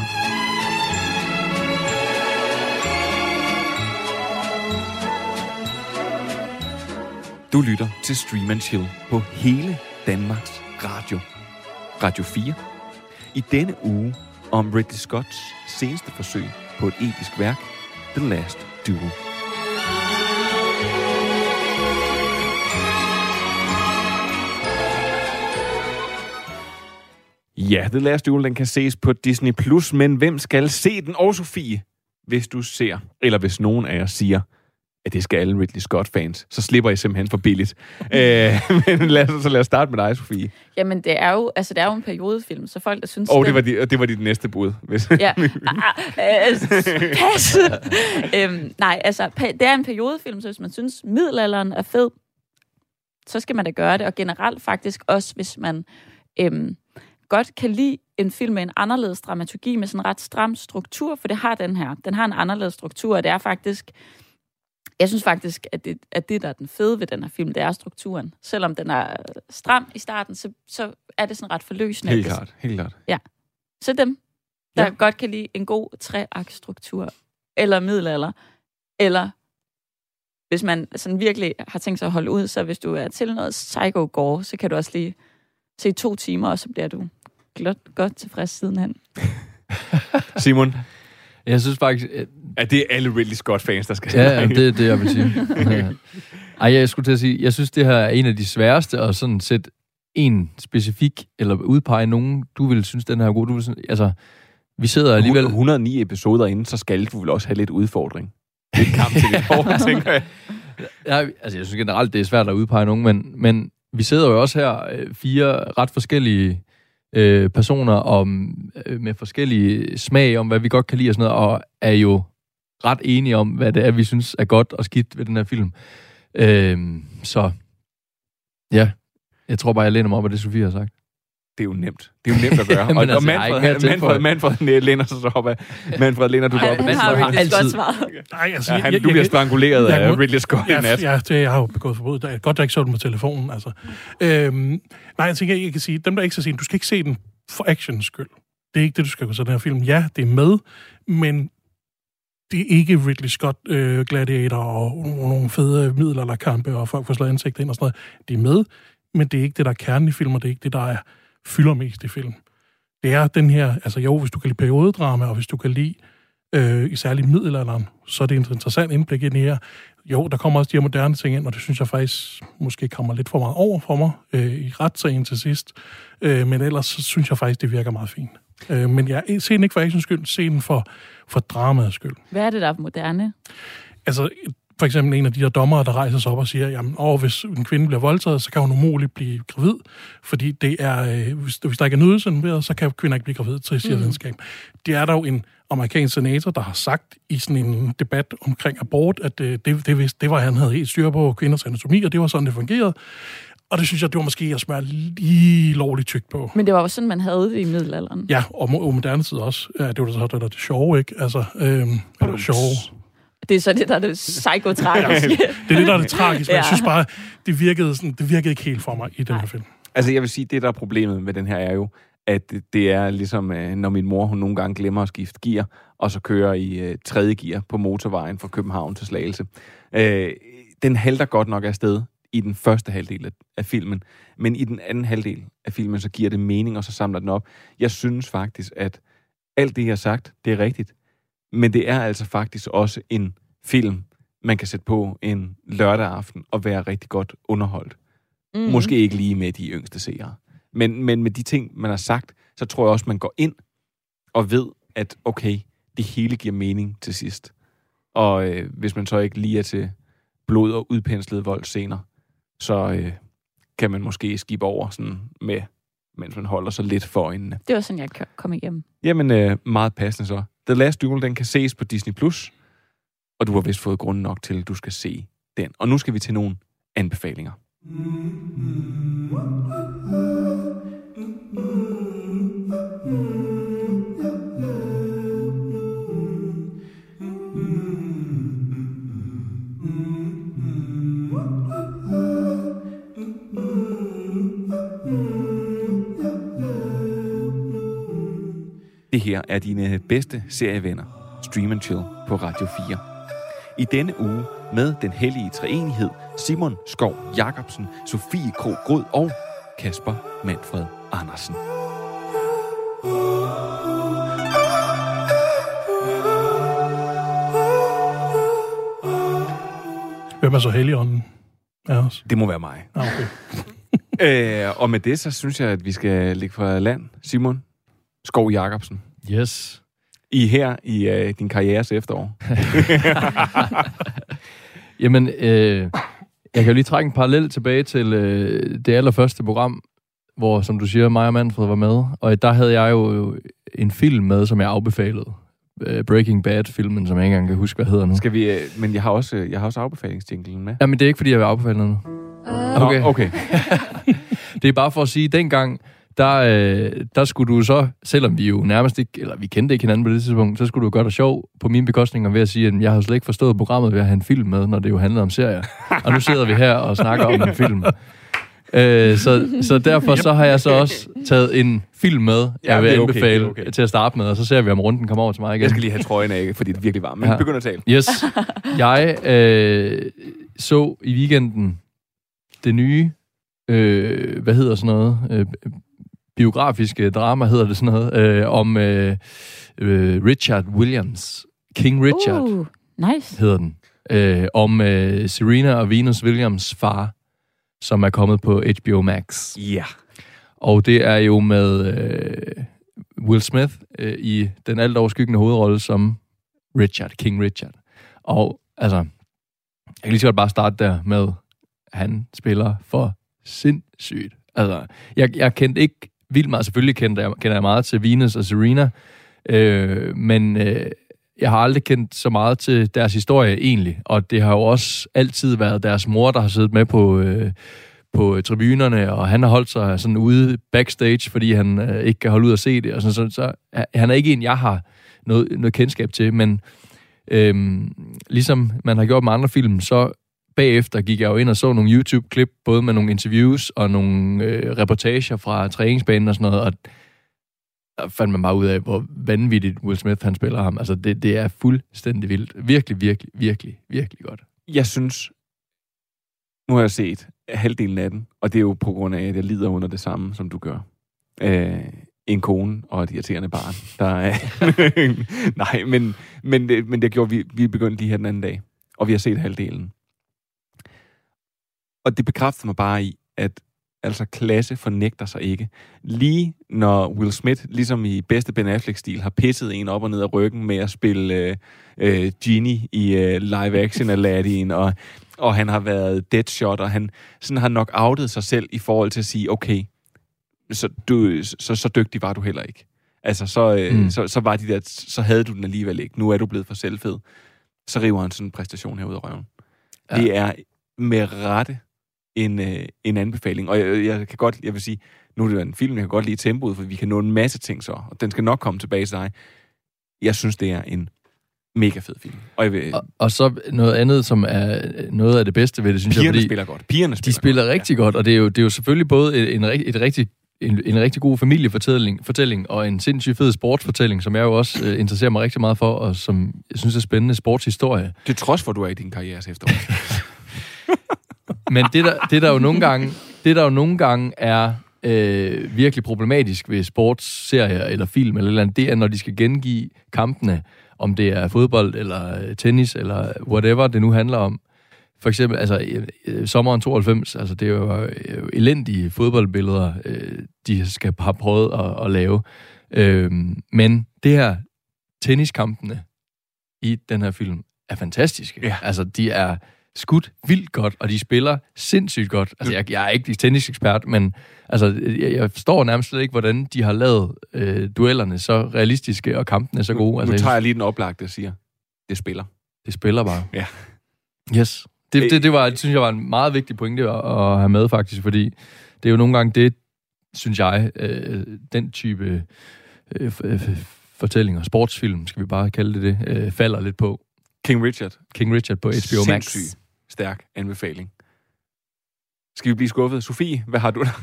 Du lytter til Stream and Chill på hele Danmarks Radio. Radio fire. I denne uge om Ridley Scotts seneste forsøg på et episk værk, The Last Duel. Ja, The Last Duel, den kan ses på Disney plus, men hvem skal se den? Og Sofie, hvis du ser, eller hvis nogen af jer siger, at det skal alle Ridley Scott-fans, så slipper I simpelthen for billigt. Æh, men lad os, så lad os starte med dig, Sofie. Jamen, det er jo, altså, det er jo en periodefilm, så folk, der synes... Og oh, det, var de, det var dit næste bud. Hvis... Ja. Pas. øhm, nej, altså, det er en periodefilm, så hvis man synes, middelalderen er fed, så skal man da gøre det. Og generelt faktisk også, hvis man øhm, godt kan lide en film med en anderledes dramaturgi, med sådan en ret stram struktur, for det har den her. Den har en anderledes struktur, og det er faktisk... Jeg synes faktisk, at det, at det, der er den fede ved den her film, det er strukturen. Selvom den er stram i starten, så, så er det sådan ret forløsende. Helt klart, helt klart. Ja. Så dem, der ja. godt kan lide en god treaktstruktur, eller middelalder, eller hvis man sådan virkelig har tænkt sig at holde ud, så hvis du er til noget psycho-gore, så kan du også lige se to timer, og så bliver du godt, godt tilfreds sidenhen. Simon? Jeg synes faktisk... At... Ja, det er alle Ridley Scott-fans, der skal... Ja, ja, det er det, jeg vil sige. Ja. Ej, jeg skulle til at sige, jeg synes, det her er en af de sværeste at sådan sætte en specifik, eller udpege nogen, du vil synes, den her er god. Du vil synes, altså, vi sidder alligevel... et hundrede og ni episoder inden, så skal du vel også have lidt udfordring. Det er en kamp til dit hår, tænker jeg. Ja, altså, jeg synes generelt, det er svært at udpege nogen, men, men vi sidder jo også her, fire ret forskellige øh, personer om, øh, med forskellige smag om, hvad vi godt kan lide og sådan noget, og er jo ret enige om, hvad det er, vi synes er godt og skidt ved den her film. Øh, så ja, jeg tror bare, jeg læner mig op af det, Sofie har sagt. Det er jo nemt. Det er jo nemt at gøre. Men og, altså, og Manfred, Manfred, Manfred, Manfred læner sig så op af. Manfred, læner du dig op af. Han har Ridley Scott svaret. Nej, altså, ja, han, jeg, du bliver jeg, stranguleret jeg, af Ridley Scott ja, i nat. Ja, det jeg har jo begået forbud. Det er godt, at jeg ikke så den på telefonen. Altså. Øhm, nej, jeg tænker, jeg kan sige, dem der ikke skal se den, du skal ikke se den for actions skyld. Det er ikke det, du skal gå til den her film. Ja, det er med, men det er ikke Ridley Scott øh, Gladiator og, og nogle fede middelalderkampe og folk får slået ansigt ind og sådan noget. Det er med, men det er ikke det, der er kernen i film, og det er ikke det, der er fylder mest i film. Det er den her, altså jo, hvis du kan lide periodedrama, og hvis du kan lide øh, i særlig middelalderen, så er det en interessant indblik ind i her. Jo, der kommer også de her moderne ting ind, og det synes jeg faktisk måske kommer lidt for meget over for mig øh, i retssagen til sidst. Øh, men ellers så synes jeg faktisk, det virker meget fint. Øh, men jeg ser den ikke for actions skyld, se den for, for dramaets skyld. Hvad er det, der er moderne? Altså, for eksempel en af de der dommere, der rejser sig op og siger, jamen, åh, hvis en kvinde bliver voldtaget, så kan hun umuligt blive gravid, fordi det er, øh, hvis, hvis der ikke er nydelse involveret, så kan kvinder ikke blive gravid, så siger mm. videnskab. Det er der jo en amerikansk senator, der har sagt i sådan en debat omkring abort, at øh, det, det, vidste, det var, han havde helt styr på kvinders anatomi, og det var sådan, det fungerede. Og det synes jeg, det var måske at smøre lige lovligt tykt på. Men det var jo sådan, man havde det i middelalderen. Ja, og mo- moderne tid også. Ja, det var så det, der det sjove, ikke? Altså, øhm, det var sjove. Det er så det, der er det psykotragiske. Ja, det er det, der er det tragiske. Men jeg synes bare, det virkede, sådan, det virkede ikke helt for mig i den her film. Altså, jeg vil sige, det der er problemet med den her er jo, at det er ligesom, når min mor, hun nogle gange glemmer at skifte gear, og så kører i uh, tredje gear på motorvejen fra København til Slagelse. Uh, den halter godt nok afsted i den første halvdel af, af filmen, men i den anden halvdel af filmen, så giver det mening, og så samler den op. Jeg synes faktisk, at alt det, jeg har sagt, det er rigtigt. Men det er altså faktisk også en film, man kan sætte på en lørdag aften og være rigtig godt underholdt. Mm. Måske ikke lige med de yngste seere. Men, men med de ting, man har sagt, så tror jeg også, man går ind og ved, at okay, det hele giver mening til sidst. Og øh, hvis man så ikke lige er til blod og udpenslede voldscener, så øh, kan man måske skibe over sådan med, mens man holder sig lidt for øjnene. Det var sådan, jeg kom igennem. Jamen, øh, meget passende så. The Last Duel, den kan ses på Disney plus, og du har vist fået grund nok til, at du skal se den. Og nu skal vi til nogle anbefalinger. Det her er dine bedste serievenner, Stream and Chill på Radio fire. I denne uge med den hellige treenighed Simon Skov Jacobsen, Sofie Krog Grod og Kasper Manfred Andersen. Hvem er så Helligånden af os? Det må være mig. Ah, okay. øh, og med det, så synes jeg, at vi skal ligge for land. Simon Skov Jacobsen. Yes. I her i øh, din karrieres efterår. Jamen, øh, jeg kan jo lige trække en parallel tilbage til øh, det allerførste program, hvor, som du siger, mig og Manfred var med. Og der havde jeg jo en film med, som jeg afbefalede. Uh, Breaking Bad-filmen, som jeg ikke engang kan huske, hvad hedder nu. Skal vi... Øh, men jeg har også, jeg har også afbefalingsjinglen med. Jamen, det er ikke, fordi jeg vil afbefale noget nu. Okay. Nå, okay. Det er bare for at sige, at dengang, der, øh, der skulle du så, selvom vi jo nærmest ikke, eller vi kendte ikke hinanden på det tidspunkt, så skulle du gøre dig sjov på mine bekostninger ved at sige, at jeg har slet ikke forstået programmet ved at have en film med, når det jo handler om serier. Og nu sidder vi her og snakker om en film. Øh, så, så derfor så har jeg så også taget en film med, jeg ja, vil okay, anbefale okay. til at starte med, og så ser vi, om runden kommer over til mig igen. Jeg skal lige have trøjen af, fordi det er virkelig varmt, men ja. Begynd at tale. Yes. Jeg øh, så i weekenden det nye, øh, hvad hedder sådan noget, øh, biografiske drama hedder det sådan noget, øh, om øh, øh, Richard Williams. King Richard uh, nice. hedder den. Øh, om øh, Serena og Venus Williams far, som er kommet på H B O Max. Ja. Yeah. Og det er jo med øh, Will Smith øh, i den alt overskyggende hovedrolle som Richard, King Richard. Og altså, jeg kan lige så godt bare starte der med, han spiller for sindssygt. Altså, jeg, jeg kendte ikke vildt meget, selvfølgelig kendte jeg, kender jeg meget til Venus og Serena, øh, men øh, jeg har aldrig kendt så meget til deres historie egentlig, og det har jo også altid været deres mor, der har siddet med på, øh, på tribunerne, og han har holdt sig sådan ude backstage, fordi han øh, ikke kan holde ud og se det, og sådan, så, så han er ikke en, jeg har noget, noget kendskab til, men øh, ligesom man har gjort med andre film, så bagefter gik jeg jo ind og så nogle YouTube-klip, både med nogle interviews og nogle øh, reportager fra træningsbanen og sådan noget, og der fandt man bare ud af, hvor vanvittigt Will Smith, han spiller ham. Altså, det, det er fuldstændig vildt. Virkelig, virkelig, virkelig, virkelig godt. Jeg synes, nu har jeg set halvdelen af den, og det er jo på grund af, at jeg lider under det samme, som du gør. Øh, en kone og et irriterende barn. Der er Nej, men, men, men det gjorde vi, vi begyndte lige her den anden dag, og vi har set halvdelen. Og det bekræfter mig bare i, at altså klasse fornægter sig ikke. Lige når Will Smith, ligesom i bedste Ben Affleck-stil, har pisset en op og ned af ryggen med at spille øh, øh, Genie i øh, live-action Aladdin, og, og han har været Deadshot, og han sådan har nok outet sig selv i forhold til at sige, okay, så, du, så, så dygtig var du heller ikke. Altså, så, øh, mm. så, så var de der, så havde du den alligevel ikke. Nu er du blevet for selvfed. Så river han sådan en præstation her ud af røven. Ja. Det er med rette En, øh, en anbefaling. Og jeg, jeg kan godt, jeg vil sige, nu er det en film, jeg kan godt lide tempoet, for vi kan nå en masse ting så, og den skal nok komme tilbage til dig. Jeg synes, det er en mega fed film. Og, jeg vil, og, og så noget andet, som er noget af det bedste ved det, synes pigerne jeg, fordi spiller godt. Pigerne spiller de spiller godt. rigtig ja. godt, og det er jo, det er jo selvfølgelig både en, et, et rigtig, en, en rigtig god familiefortælling fortælling, og en sindssygt fed sportsfortælling, som jeg jo også øh, interesserer mig rigtig meget for, og som jeg synes er spændende sportshistorie. Det er trods for, du er i din karriere efterår. Men det der, det der jo nogle gange, det der jo nogle gange er øh, virkelig problematisk ved sportsserier eller film eller eller andet, det er, når de skal gengive kampene, om det er fodbold eller tennis eller whatever det nu handler om. For eksempel, altså sommeren tooghalvfems, altså det er jo øh, elendige fodboldbilleder, øh, de skal have prøvet at, at lave. Øh, men det her tenniskampene i den her film er fantastiske. Ja. Altså de er skudt vildt godt, og de spiller sindssygt godt. Altså, jeg, jeg er ikke tennisekspert, men altså, jeg, jeg forstår nærmest slet ikke, hvordan de har lavet øh, duellerne så realistiske, og kampene så gode. Nu, altså, nu tager jeg lige den oplagte og siger, det spiller. Det spiller bare. Ja. Yes. Det, det, det var, det synes jeg var en meget vigtig pointe at, at have med, faktisk, fordi det er jo nogle gange det, synes jeg, øh, den type øh, fortællinger, sportsfilm, skal vi bare kalde det det, øh, falder lidt på. King Richard. King Richard på H B O Max. Sindssygt stærk anbefaling. Skal vi blive skuffet? Sofie, hvad har du der?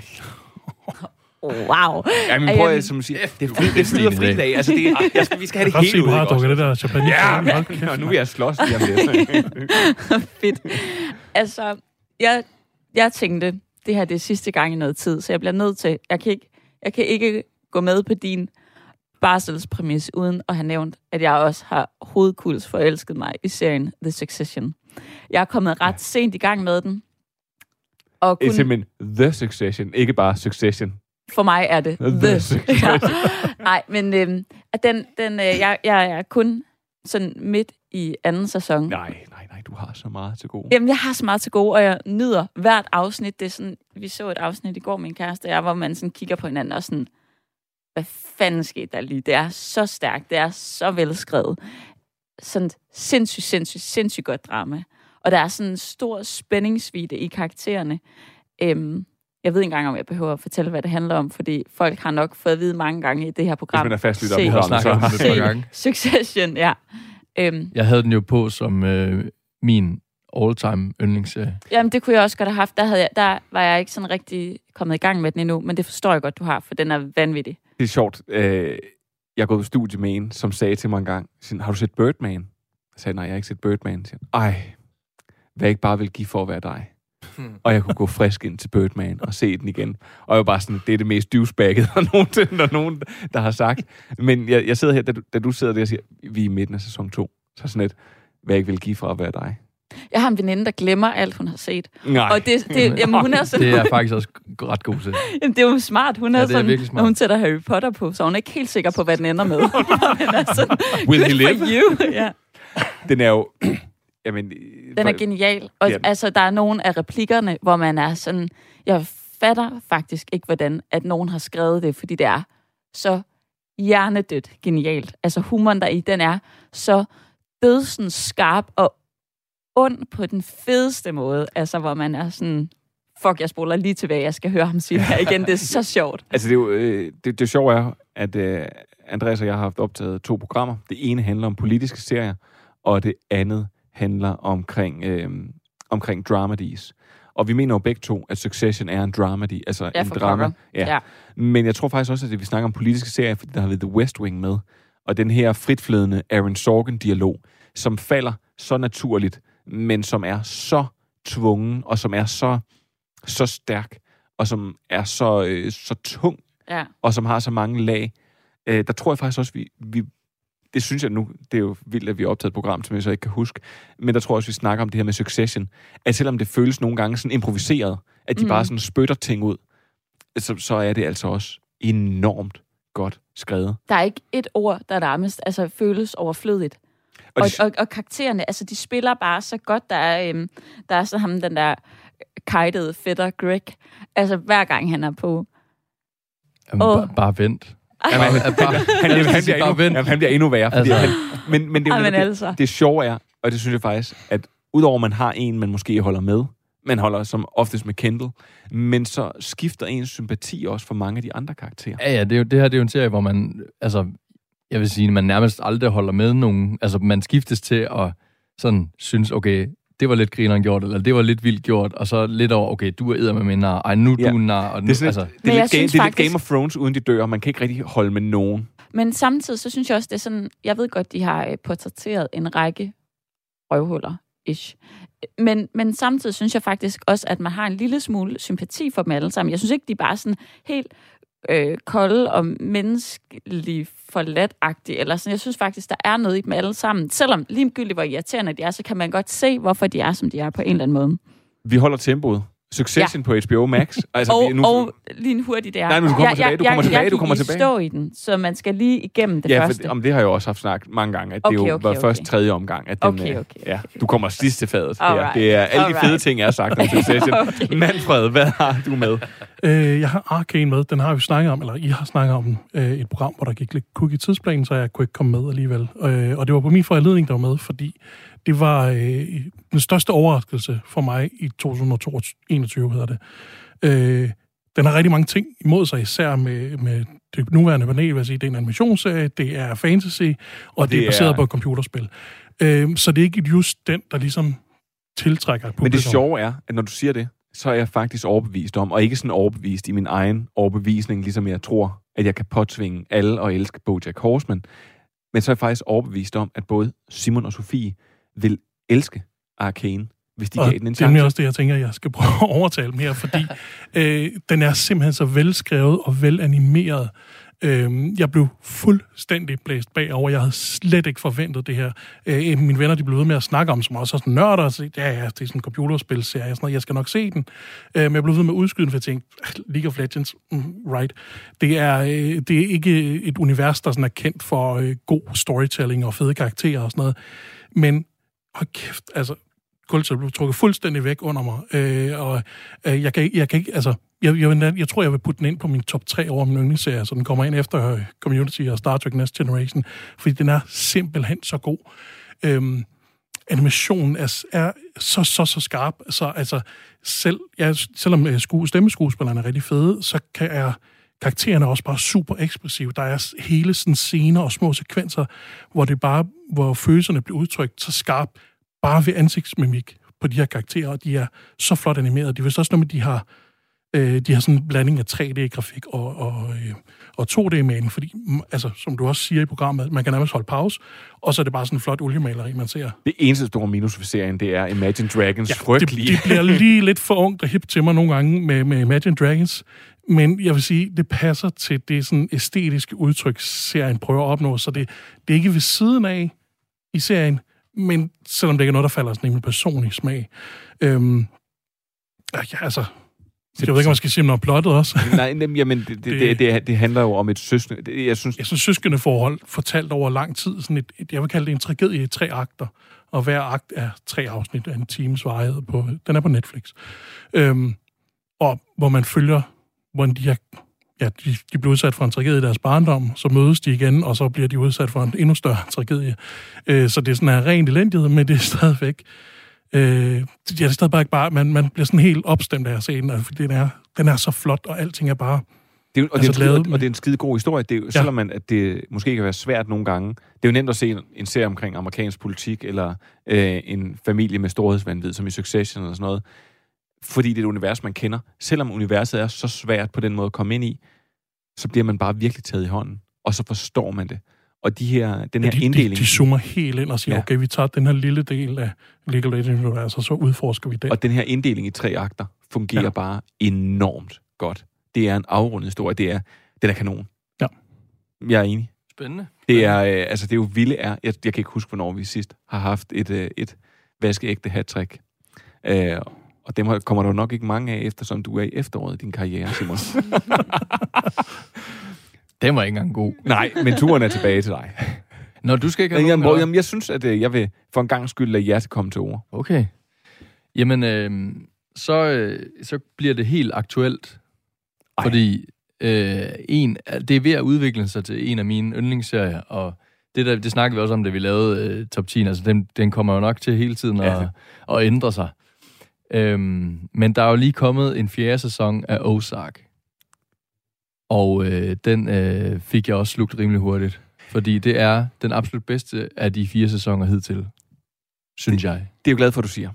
Wow. Ja, men prøv at som siger, det er flyder fri i dag. Altså, det er, jeg skal, vi skal have det hele ud. Du har drukket det der champagne. Ja, og nu vil jeg slås lige om det. Fedt. Altså, jeg, jeg tænkte, det her det er sidste gang i noget tid, så jeg bliver nødt til, jeg kan ikke, jeg kan ikke gå med på din barselspræmis, uden at have nævnt, at jeg også har hovedkuls forelsket mig i serien The Succession. jeg er kommet ret sent i gang med den. Og kun, det er simpelthen The Succession, ikke bare Succession. For mig er det The, The. Succession. Nej, men øhm, at den, den, øh, jeg, jeg er kun sådan midt i anden sæson. Nej, nej, nej, du har så meget til gode. Jamen, jeg har så meget til gode, og jeg nyder hvert afsnit. Det er sådan, vi så et afsnit i går, min kæreste og jeg, hvor man sådan kigger på hinanden og sådan, hvad fanden skete der lige? Det er så stærkt, det er så velskrevet. Sådan sindssygt, sindssygt, sindssygt godt drama. Og der er sådan en stor spændingsvide i karaktererne. Øhm, jeg ved ikke engang, om jeg behøver at fortælle, hvad det handler om, fordi folk har nok fået at vide mange gange i det her program. Hvis man er fastlyttet op i Se- programmet, så om det et par gange. Succession, ja. Øhm, Jeg havde den jo på som øh, min all-time yndlingsserie. Jamen, det kunne jeg også godt have haft. Der, havde jeg, der var jeg ikke sådan rigtig kommet i gang med den endnu, men det forstår jeg godt, du har, for den er vanvittig. Det er sjovt. Øh, jeg er gået på studie med en, som sagde til mig en gang, siger, har du set Birdman? Jeg sagde, nej, jeg har ikke set Birdman. Siger, ej, hvad jeg ikke bare vil give for at være dig. Hmm. Og jeg kunne gå frisk ind til Birdman og se den igen. Og jeg var bare sådan, det er det mest douchebaggede, der nogen, der, nogen, der har sagt. Men jeg, jeg sidder her, da du, da du sidder der og siger, vi er i midten af sæson to. Så sådan et, hvad jeg ikke vil give for at være dig. Jeg har en veninde, der glemmer alt, hun har set. Nej. Og det, det, jamen, hun er sådan, Det er jeg faktisk også ret god til. jamen, det er jo smart. Hun er, Ja, det er sådan, virkelig smart. når hun sætter Harry Potter på, så hun er ikke helt sikker på, hvad den ender med. Men er sådan, Will good he live? for you. Ja. Den er jo... Jamen, Den er genial. Og Det er den. altså, der er nogle af replikkerne, hvor man er sådan... Jeg fatter faktisk ikke, hvordan at nogen har skrevet det, fordi det er så hjernedødt genialt. Altså, humoren der i, den er så dødsens skarp og ond på den fedeste måde. Altså, hvor man er sådan... Fuck, jeg spoler lige tilbage. Jeg skal høre ham sige det her igen. Det er så sjovt. Altså, det, er jo, øh, det, det sjove er, at øh, Andreas og jeg har haft optaget to programmer. Det ene handler om politiske serier, og det andet handler omkring, øh, omkring dramedies. Og vi mener jo begge to, at Succession er en dramedy, altså Ja, en for drama. pokker. Ja. Ja. Men jeg tror faktisk også, at vi snakker om politiske serier, fordi der har været The West Wing med. Og den her fritflydende Aaron Sorkin-dialog, som falder så naturligt, men som er så tvungen, og som er så, så stærk, og som er så, øh, så tung, Ja. og som har så mange lag. Øh, der tror jeg faktisk også, vi, vi... Det synes jeg nu, det er jo vildt, at vi har optaget et program, som jeg så ikke kan huske, men der tror jeg også, vi snakker om det her med Succession, at selvom det føles nogle gange sådan improviseret, at de mm. bare sådan spytter ting ud, så, så er det altså også enormt godt skrevet. Der er ikke et ord, der nærmest altså, føles overflødigt. Og, Og, de, og, og karaktererne, altså de spiller bare så godt. Der er, øhm, der er så ham, den der kajtede fætter Greg. Altså hver gang han er på. Jamen, Åh. bare, bare vent. Jamen, Bare, han, bare, han, han, han, bliver bare endnu, vent. jamen, han bliver endnu værre. Fordi Altså. han, men, men det, er jo Ej, men netop altså. det, det sjove er, og det synes jeg faktisk, at udover at man har en, man måske holder med, man holder som oftest med Kendall, men så skifter ens sympati også for mange af de andre karakterer. Ja, ja, det, er jo, det her det er jo en serie, hvor man, altså, jeg vil sige, man nærmest aldrig holder med nogen. Altså, man skiftes til at sådan synes, okay, det var lidt grineren gjort, eller det var lidt vildt gjort, og så lidt over, okay, du er eddermame med nar, ej, nu er Ja. du nar, og nu, Det er, sådan, altså, det er, Men jeg lidt, game, synes det er faktisk- lidt Game of Thrones uden de dør, og man kan ikke rigtig holde med nogen. Men samtidig, så synes jeg også, det er sådan, jeg ved godt, de har øh, portrætteret en række røvhuller, ish. Men, men samtidig synes jeg faktisk også, at man har en lille smule sympati for dem alle sammen. Jeg synes ikke, de er bare sådan helt øh, kolde og menneskeligt forladt-agtige. Eller sådan. Jeg synes faktisk, der er noget i dem alle sammen. Selvom ligegyldigt hvor irriterende de er, så kan man godt se, hvorfor de er, som de er på en eller anden måde. Vi holder tempoet. Succession ja. på H B O Max. Altså, og, vi, nu, og lige en hurtig der. Nej, men du kommer tilbage, du kommer tilbage, jeg du kommer gik i tilbage. stå i den, så man skal lige igennem det ja, første. for, om det har jeg jo også haft snakket mange gange, at Okay, det jo okay, var okay. først tredje omgang. At den, Okay, øh, okay, ja, du kommer sidst til fadet. Alright. Det er alle de fede Alright. ting, jeg har sagt om Succession. Okay. Manfred, hvad har du med? Øh, jeg har Arcane med. Den har vi snakket om, eller I har snakket om øh, et program, hvor der gik lidt kuk i tidsplanen, så jeg kunne ikke komme med alligevel. Øh, og det var på min foranledning, der var med, fordi det var øh, den største overraskelse for mig i to tusind og enogtyve, hedder det. Øh, den har rigtig mange ting imod sig, især med, med det nuværende panel. Vil jeg sige, det er en animationsserie, det er fantasy, og, og det, det er baseret er... på et computerspil. Øh, så det er ikke just den, der ligesom tiltrækker publikum. Men det sjove er, at når du siger det, så er jeg faktisk overbevist om, og ikke sådan overbevist i min egen overbevisning, ligesom jeg tror, at jeg kan påtvinge alle og elske BoJack Horseman, men så er jeg faktisk overbevist om, at både Simon og Sofie vil elske Arcane, hvis de og gav den en det er nemlig chance. også det, jeg tænker, jeg skal prøve at overtale mere, fordi øh, den er simpelthen så velskrevet og velanimeret. Øhm, jeg blev fuldstændig blæst bagover. Jeg havde slet ikke forventet det her. Øh, mine venner, de blev ved med at snakke om, som også er sådan nørder, og så, ja, ja, det er sådan en computerspilserie, sådan noget, jeg skal nok se den. Øh, men jeg blev ved med at udskyde den, for jeg tænkte, League of Legends, mm, right. Det er, øh, det er ikke et univers, der sådan er kendt for øh, god storytelling og fede karakterer og sådan noget. Men, hold kæft, altså, gulvet blev trukket fuldstændig væk under mig. Øh, og øh, jeg, kan, jeg kan ikke, altså, jeg, jeg, jeg tror, jeg vil putte den ind på min top tre over min yndlingsserie, så den kommer ind efter Community og Star Trek Next Generation, fordi den er simpelthen så god. Øhm, animationen er, er så, så, så skarp, så altså, selv, ja, selvom sku, stemmeskuespillerne er rigtig fede, så kan jeg, karaktererne er også bare super ekspressive. Der er hele sådan scener og små sekvenser, hvor det bare, hvor følelserne bliver udtrykt så skarpt, bare ved ansigtsmimik på de her karakterer, og de er så flot animeret. Det er vist også noget med, de har øh, de har sådan en blanding af tre D-grafik og, og, øh, og to D-maling, fordi, altså, som du også siger i programmet, man kan nærmest holde pause, og så er det bare sådan en flot oliemaleri, man ser. Det eneste store minus for serien, det er Imagine Dragons ja, frygtelige. Det, det bliver lige lidt for ungt og hip til mig nogle gange med, med Imagine Dragons, men jeg vil sige, det passer til det sådan æstetiske udtryk, serien prøver at opnå, så det, det er ikke ved siden af i serien, men selvom det ikke er noget, der falder sådan en personlig smag. Øhm, ja, altså, jeg ved ikke, om man skal sige noget plottet også. Nej, jamen, det, det, det, det, det handler jo om et søskende. Det, jeg synes, jeg synes, søskende forhold fortalt over lang tid. Sådan et, et, jeg vil kalde det en tragedie i tre akter. Og hver akt er tre afsnit af en times varighed. På, den er på Netflix. Øhm, og hvor man følger, hvordan de her... Ja, de, de bliver udsat for en tragedie i deres barndom, så mødes de igen, og så bliver de udsat for en endnu større tragedie. Øh, så det er sådan en ren elendighed, men det er stadigvæk... Øh, ja, det er stadig bare ikke bare... Man, man bliver sådan helt opstemt af at se den, fordi den er, den er så flot, og alting er bare... Det er, og, altså, det er en skide, og det er en skide god historie. Det er, ja. Selvom man, at det måske kan være svært nogle gange. Det er jo nemt at se en, en serie omkring amerikansk politik, eller øh, en familie med storhedsvanvid, som i Succession eller sådan noget. Fordi det er et univers, man kender. Selvom universet er så svært på den måde at komme ind i, så bliver man bare virkelig taget i hånden, og så forstår man det. Og de her, den her ja, de, inddeling... De, de zoomer helt ind og siger, ja. okay, vi tager den her lille del af League of Legends, altså så udforsker vi den. Og den her inddeling i tre akter fungerer ja. bare enormt godt. Det er en afrundet historie. Det er, den er kanon. Ja. Jeg er enig. Spændende. Det er, øh, altså, det er jo vilde er... Jeg, jeg kan ikke huske, hvornår vi sidst har haft et, øh, et vaskeægte hat-trick. Øh, Og dem kommer der jo nok ikke mange af, eftersom du er i efteråret i din karriere, Simon. Den var ikke engang god. Nej, men turen er tilbage til dig. Nå, du skal ikke have jamen, nogen, jamen, jeg synes, at jeg vil for en gang skyld lade jer til komme til ord. Okay. Jamen, øh, så, øh, så bliver det helt aktuelt. Ej. Fordi øh, en, det er ved at udvikle sig til en af mine yndlingsserier, og det, der, det snakkede vi også om, da vi lavede øh, top ti. Altså, den, den kommer jo nok til hele tiden at, ja. at ændre sig. Øhm, men der er jo lige kommet en fjerde sæson af Ozark. Og øh, den øh, fik jeg også slugt rimelig hurtigt. Fordi det er den absolut bedste af de fire sæsoner hidtil, synes det, jeg. Det er jeg glad for, at du siger.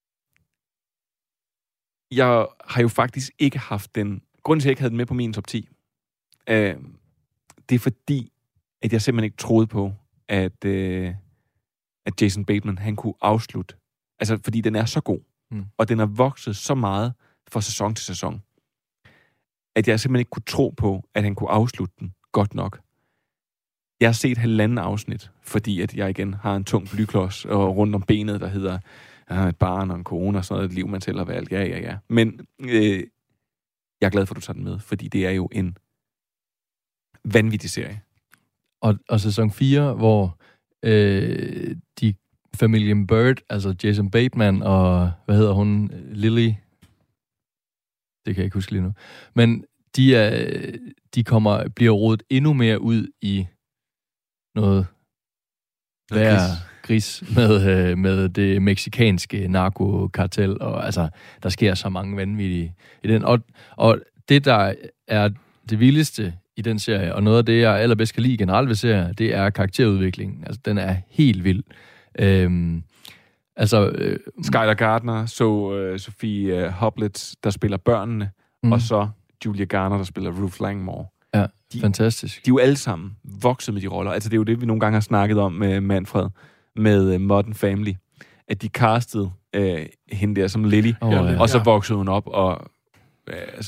Jeg har jo faktisk ikke haft den... Grunden til, at jeg ikke havde den med på min top ti, øh, det er fordi, at jeg simpelthen ikke troede på, at, øh, at Jason Bateman, han kunne afslutte. Altså, fordi den er så god. Mm. Og den har vokset så meget fra sæson til sæson, at jeg simpelthen ikke kunne tro på, at han kunne afslutte den godt nok. Jeg har set halvanden afsnit, fordi at jeg igen har en tung blyklods og rundt om benet, der hedder uh, et barn og en kone og sådan noget, et liv, man selv har valgt. Ja, ja, ja. Men øh, jeg er glad for, at du tager den med, fordi det er jo en vanvittig serie. Og, og sæson fire, hvor øh, de familien Bird, altså Jason Bateman og, hvad hedder hun, Lily? Det kan jeg ikke huske lige nu. Men de, er, de kommer, bliver rodet endnu mere ud i noget værre gris med, med det meksikanske narkokartel, og altså, der sker så mange vanvittige i den. Og, og det, der er det vildeste i den serie, og noget af det, jeg allerbedst kan lide generelt ved serien, det er karakterudviklingen. Altså, den er helt vild. Øhm, altså øh, Skyler Gardner, så øh, Sophie øh, Hoplet, der spiller børnene, mm. og så Julia Garner, der spiller Ruth Langmore. Ja, de, fantastisk. De er jo alle sammen vokset med de roller. Altså det er jo det, vi nogle gange har snakket om med Manfred, med uh, Modern Family, at de castede øh, hende der som Lily, oh, ja. og så voksede hun op, og øh, altså...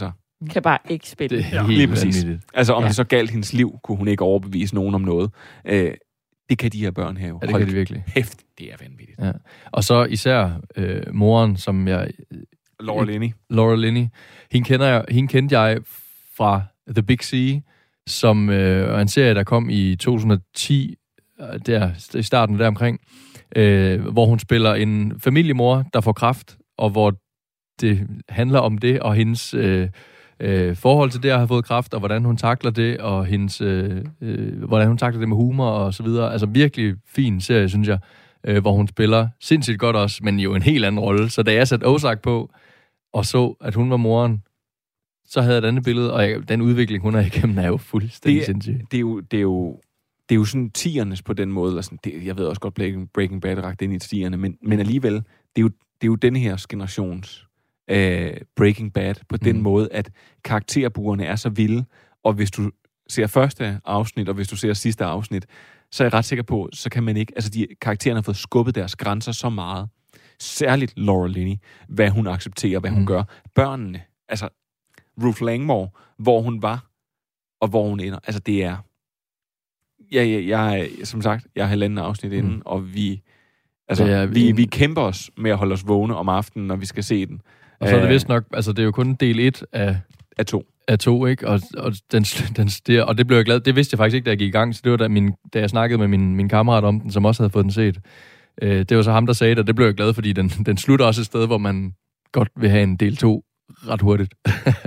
kan bare ikke spille. Det er Ja, helt lige præcis. vanvittigt. Altså, om Ja. det så galt hendes liv, kunne hun ikke overbevise nogen om noget. Øh, det kan de her børn have jo. Ja, det Hold kan de virkelig. Kæft, det er vanvittigt. Ja. Og så især øh, moren, som jeg... Laura Linney. Laura Linney. Hende, kender jeg, hende kendte jeg fra The Big Sea, som øh, en serie, der kom i to tusind og ti, der, i starten der omkring, øh, hvor hun spiller en familiemor, der får kræft, og hvor det handler om det, og hendes øh, øh, forhold til det at have fået kræft, og hvordan hun takler det, og hendes, øh, øh, hvordan hun takler det med humor, og så videre. Altså virkelig fin serie, synes jeg, øh, hvor hun spiller sindssygt godt også, men jo en helt anden rolle. Så da jeg satte Ozark på, og så, at hun var moren, så havde jeg et andet billede, og jeg, den udvikling, hun er igennem, er jo fuldstændig Det, sindssyg. det, er jo, det, er jo, det er jo sådan tiernes på den måde. Eller sådan, det, jeg ved også godt, Breaking, Breaking Bad rakt ind i tierne, men, men alligevel, det er jo, det er jo den her generations øh, Breaking Bad på den Mm. måde, at karakterbuerne er så vilde, og hvis du ser første afsnit, og hvis du ser sidste afsnit, så er jeg ret sikker på, så kan man ikke, altså de karaktererne har fået skubbet deres grænser så meget. Særligt Laura Linney, hvad hun accepterer, hvad hun Mm. gør. Børnene, altså Ruth Langmore, hvor hun var, og hvor hun ender. Altså, det er... Ja, ja, jeg, som sagt, jeg har halvanden afsnit Mm. inden, og vi... Altså, Det er vi, en- vi kæmper os med at holde os vågne om aftenen, når vi skal se den. Og så er det Øh, vist nok, altså det er jo kun del et af, af to. af to, ikke? Og, og, den, den, det, og det blev jeg glad. Det vidste jeg faktisk ikke, da jeg gik i gang. Så det var da, min, da jeg snakkede med min, min kammerat om den, som også havde fået den set. Øh, det var så ham, der sagde det, og det blev jeg glad, fordi den, den slutter også et sted, hvor man godt vil have en del to ret hurtigt.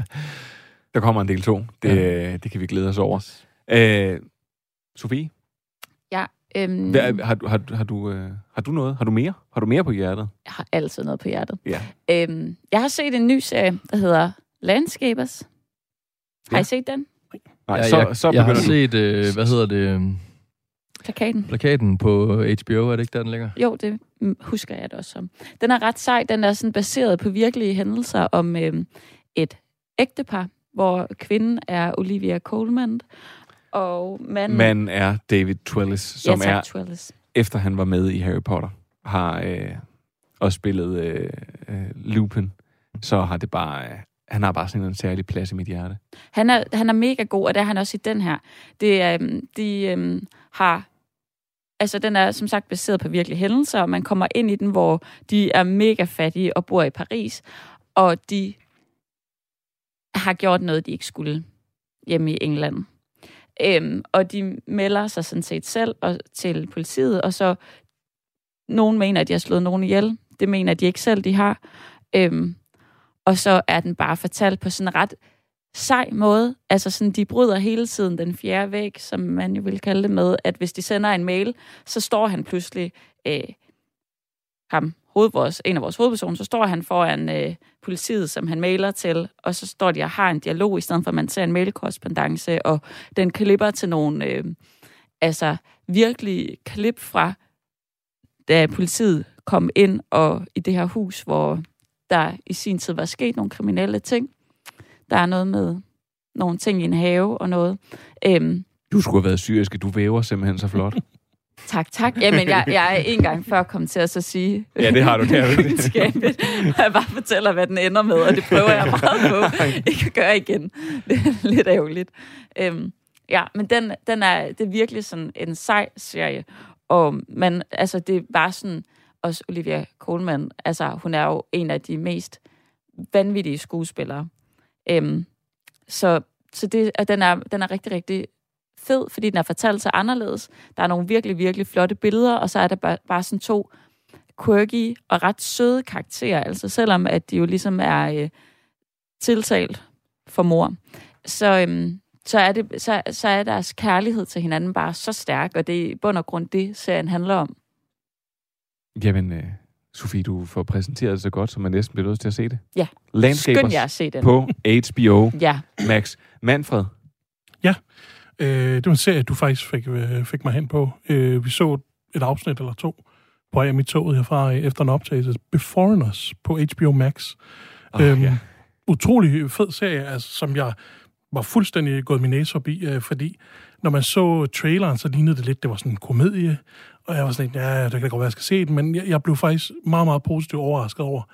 Der kommer en del to. Det, ja. det kan vi glæde os over. Øh, Sofie, Ja, øhm, hvad, har, du- har, har, du, øh, har du noget? Har du mere? Har du mere på hjertet? jeg har altid noget på hjertet. Ja. Øhm, jeg har set en ny serie, der hedder Landscapers. Har Ja. I set den? Nej, Ja, så, jeg, så jeg har begynder du. set, øh, hvad hedder det, øh, Plakaten? plakaten på H B O, er det ikke der, den ligger? Jo, det mm, husker jeg det også som. Den er ret sej. Den er sådan baseret på virkelige hændelser om øhm, et ægtepar, hvor kvinden er Olivia Colman, og manden... Man er David Twellis, som ja, tak, er, Twellis. efter han var med i Harry Potter, har øh, også spillet øh, øh, Lupin, så har det bare... Øh, han har bare sådan en særlig plads i mit hjerte. Han er, han er mega god, og det er han også i den her. Det, øhm, de øhm, har... Altså, den er som sagt baseret på virkelige hændelser, og man kommer ind i den, hvor de er mega fattige og bor i Paris, og de har gjort noget, de ikke skulle hjemme i England. Øhm, og de melder sig sådan set selv og til politiet, og så nogen mener, at de har slået nogen ihjel. Det mener de ikke selv, de har. Øhm, og så er den bare fortalt på sådan en ret sej måde. Altså sådan, de bryder hele tiden den fjerde væg, som man jo vil kalde det med, at hvis de sender en mail, så står han pludselig, øh, ham, hoved, vores, en af vores hovedpersoner, så står han foran øh, politiet, som han mailer til, og så står de og har en dialog, i stedet for at man ser en mailkorrespondance, og den klipper til nogle, øh, altså virkelig klip fra, da politiet kom ind og i det her hus, hvor der i sin tid var sket nogle kriminelle ting. Der er noget med nogle ting i en have og noget. Øhm, Du skulle have været syriske. Du væver simpelthen så flot. tak, tak. Jamen, jeg, jeg er en gang før kommet til at så sige... Ja, det har du. Det har du. videnskabeligt, og jeg bare fortæller, hvad den ender med, og det prøver jeg meget på. Ikke at gøre igen. Det er lidt ærgerligt. Øhm, ja, men den, den er, det er virkelig sådan en sej serie. Og man, altså, det er bare sådan... Også Olivia Colman, altså, hun er jo en af de mest vanvittige skuespillere. Øhm, så så det, og den, er, den er rigtig, rigtig fed, fordi den er fortalt så anderledes. Der er nogle virkelig, virkelig flotte billeder, og så er der bare, bare sådan to quirky og ret søde karakterer. Altså selvom at de jo ligesom er øh, tiltalt for mor, så, øhm, så, er det, så, så er deres kærlighed til hinanden bare så stærk, og det er i bund og grund det, serien handler om. Jamen, øh, Sofie, du får præsenteret det så godt, så man næsten bliver nødt til at se det. Ja. Landscapers Skynd jer at se den. på H B O Ja. Max. Manfred, Øh, det var en serie, du faktisk fik, øh, fik mig hen på. Øh, vi så et afsnit eller to på hjem i toget herfra øh, efter en optagelse. Beforeigners på H B O Max. Oh, øhm, ja. Utrolig fed serie, altså, som jeg var fuldstændig gået min næse forbi, øh, fordi når man så traileren, så lignede det lidt, det var sådan en komedie, og jeg var sådan lidt, ja, det kan godt være, jeg skal se den, men jeg, jeg blev faktisk meget, meget positivt overrasket over,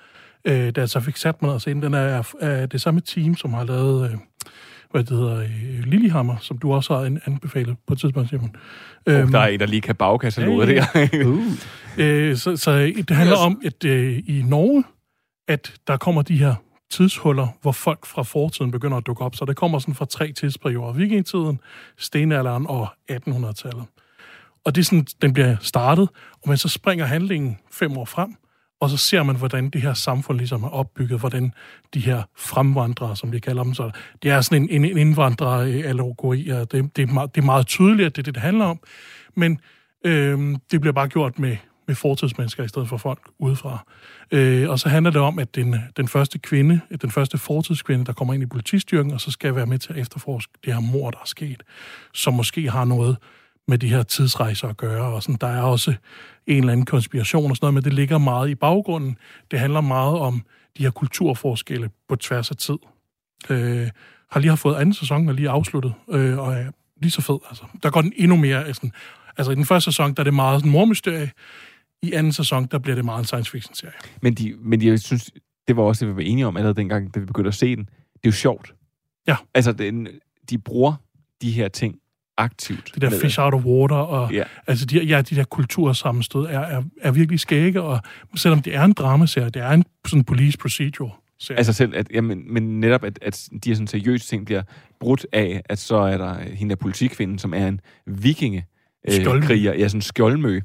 øh, da jeg så fik sat mig ned og set den. Den er øh, det samme team, som har lavet, øh, hvad det hedder, øh, Lillehammer, som du også har anbefalet på et tidspunkt, Simon. Oh, øhm, der er en, der lige kan bagkataloget ja, ja. der. uh. øh, så, så det handler om, at øh, i Norge, at der kommer de her tidshuller, hvor folk fra fortiden begynder at dukke op. Så det kommer sådan fra tre tidsperioder. Vikingetiden, stenalderen og attenhundredetallet. Og det er sådan, den bliver startet, og man så springer handlingen fem år frem, og så ser man, hvordan det her samfund ligesom er opbygget, hvordan de her fremvandrere, som de kalder dem, så det er sådan en, en indvandrer-allegori, og det, det, er meget, det er meget tydeligt, at det er det, det handler om. Men øh, det bliver bare gjort med med fortidsmennesker i stedet for folk udefra. Øh, og så handler det om, at den, den første kvinde, den første fortidskvinde, der kommer ind i politistyrken, og så skal være med til at efterforske det her mord, der er sket, som måske har noget med de her tidsrejser at gøre. Og sådan, der er også en eller anden konspiration og sådan noget, men det ligger meget i baggrunden. Det handler meget om de her kulturforskelle på tværs af tid. Øh, har lige har fået anden sæson, og lige afsluttet, øh, og er lige så fed. Altså, der går den endnu mere... Sådan, altså i den første sæson, der er det meget sådan mordmysterie. I anden sæson, der bliver det meget en science fiction-serie. Men, de, men de, jeg synes, det var også det, vi var enige om allerede dengang, da vi begyndte at se den. Det er jo sjovt. Ja. Altså, den, de bruger de her ting aktivt. Det der med fish out of water, og ja. altså de, ja, de der kultursammenstød er, er, er virkelig skægge, og selvom det er en dramaserie, det er en sådan police procedure. Serie. Altså selv, at, jamen, men netop, at, at de her sådan seriøse ting bliver brudt af, at så er der hende der politikvinden, som er en vikinge øh, kriger, ja, sådan en skjoldmø,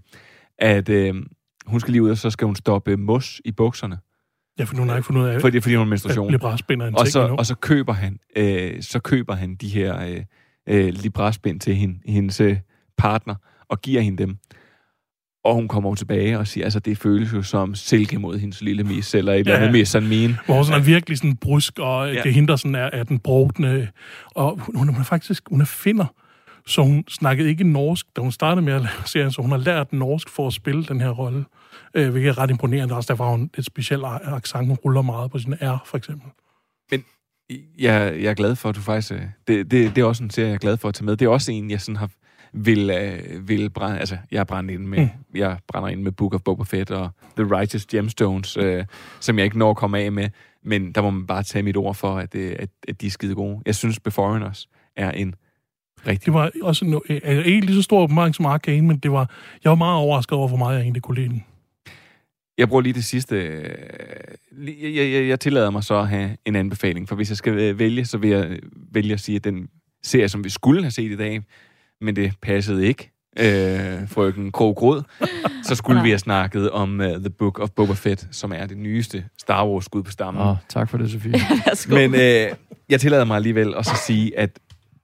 at øh, hun skal lige ud, og så skal hun stoppe mos i bukserne. Ja, for hun har ikke fundet ud af, fordi, fordi hun har menstruation. En og, så, og så køber han øh, så køber han de her øh, øh, libraspind til hende, hendes øh, partner, og giver hende dem. Og hun kommer tilbage og siger, altså det føles jo som silke mod hendes lille mis, eller et eller andet med sådan min. Hvor hun sådan er virkelig sådan brusk, og ja. det er hende, der sådan er, er den brugtende. Og hun, hun er faktisk, hun er finder. Så hun snakkede ikke norsk, da hun startede med at lave serien, så hun har lært norsk for at spille den her rolle. Øh, hvilket er ret imponerende. Også derfor har hun et specielt accent. Hun ruller meget på sin R, for eksempel. Men jeg, jeg er glad for, at du faktisk... Det, det, det er også en serie, jeg er glad for at tage med. Det er også en, jeg sådan har vil, uh, vil brænde... Altså, jeg brænder ind med, mm. jeg brænder ind med Book of Boba Fett og The Righteous Gemstones, uh, som jeg ikke når at komme af med. Men der må man bare tage mit ord for, at, at, at de er skide gode. Jeg synes, Beforeigners er en rigtig... Det var også en, ikke lige så stor opmærksomhed som Arcane, men det var, jeg var meget overrasket over, hvor meget jeg egentlig kunne lide den. Jeg bruger lige det sidste. Jeg, jeg, jeg tillader mig så at have en anbefaling, for hvis jeg skal vælge, så vil jeg vælge at sige, at den serie, som vi skulle have set i dag, men det passede ikke, øh, frøken Krog-Grod, så skulle vi have snakket om uh, The Book of Boba Fett, som er det nyeste Star Wars skud på stammen. Åh, tak for det, Sofie. Men øh, jeg tillader mig alligevel også at sige, at,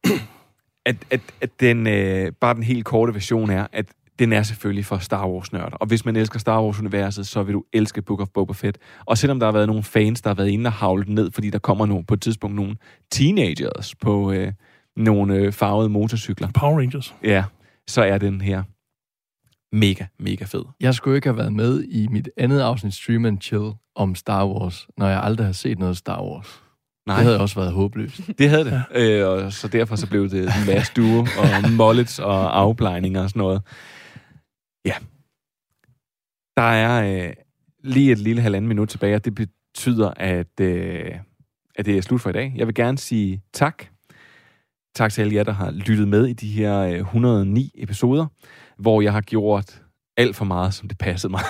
at, at, at den, øh, bare den helt korte version er, at den er selvfølgelig for Star Wars-nørder. Og hvis man elsker Star Wars-universet, så vil du elske Book of Boba Fett. Og selvom der har været nogle fans, der har været inde og havlet ned, fordi der kommer nogle, på et tidspunkt nogle teenagers på øh, nogle øh, farvede motorcykler. Power Rangers. Ja, så er den her mega, mega fed. Jeg skulle ikke have været med i mit andet afsnit Stream and Chill om Star Wars, når jeg aldrig har set noget Star Wars. Nej. Det havde også været håbløst. Det havde det. Ja. Øh, og så derfor så blev det Last Duo og mullets og afplejninger og sådan noget. Ja. Der er øh, lige et lille halvanden minut tilbage, og det betyder, at, øh, at det er slut for i dag. Jeg vil gerne sige tak. Tak til alle jer, der har lyttet med i de her øh, et hundrede og ni episoder, hvor jeg har gjort alt for meget, som det passede mig.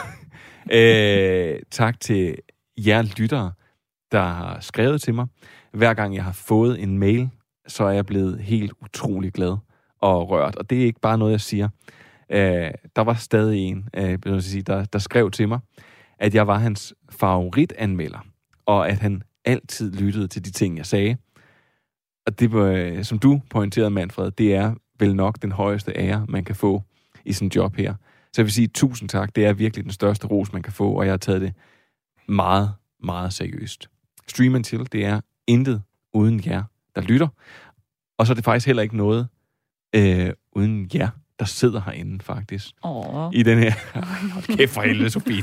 øh, tak til jer lyttere, der har skrevet til mig. Hver gang jeg har fået en mail, så er jeg blevet helt utrolig glad og rørt. Og det er ikke bare noget, jeg siger. Uh, der var stadig en, uh, sige, der, der skrev til mig, at jeg var hans favoritanmelder, og at han altid lyttede til de ting, jeg sagde. Og det, uh, som du pointerede, Manfred, det er vel nok den højeste ære, man kan få i sådan en job her. Så jeg vil sige tusind tak. Det er virkelig den største ros, man kan få, og jeg har taget det meget, meget seriøst. Stream and Chill, det er intet uden jer, der lytter. Og så er det faktisk heller ikke noget øh, uden jer, der sidder herinde, faktisk. Åh. I den her... Kæft for helvede, Sofie.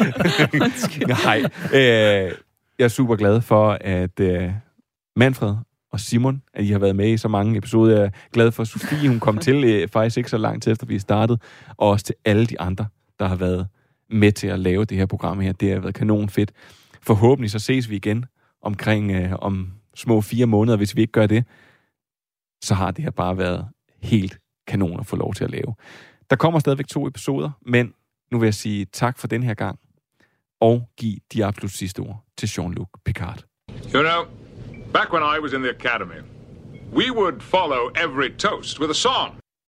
Nej. Øh, jeg er super glad for, at øh, Manfred og Simon, at I har været med i så mange episoder. Jeg er glad for, at Sofie, hun kom til øh, faktisk ikke så lang tid efter, vi startede. Og også til alle de andre, der har været med til at lave det her program her. Det har været kanon fedt. forhåbentlig så ses vi igen omkring øh, om små fire måneder. Hvis vi ikke gør det, så har det her bare været helt kanon at få lov til at lave. Der kommer stadigvæk to episoder, men nu vil jeg sige tak for den her gang, og give de absolut sidste ord til Jean-Luc Picard. You know, back when I was in the academy, we would follow every toast with a song.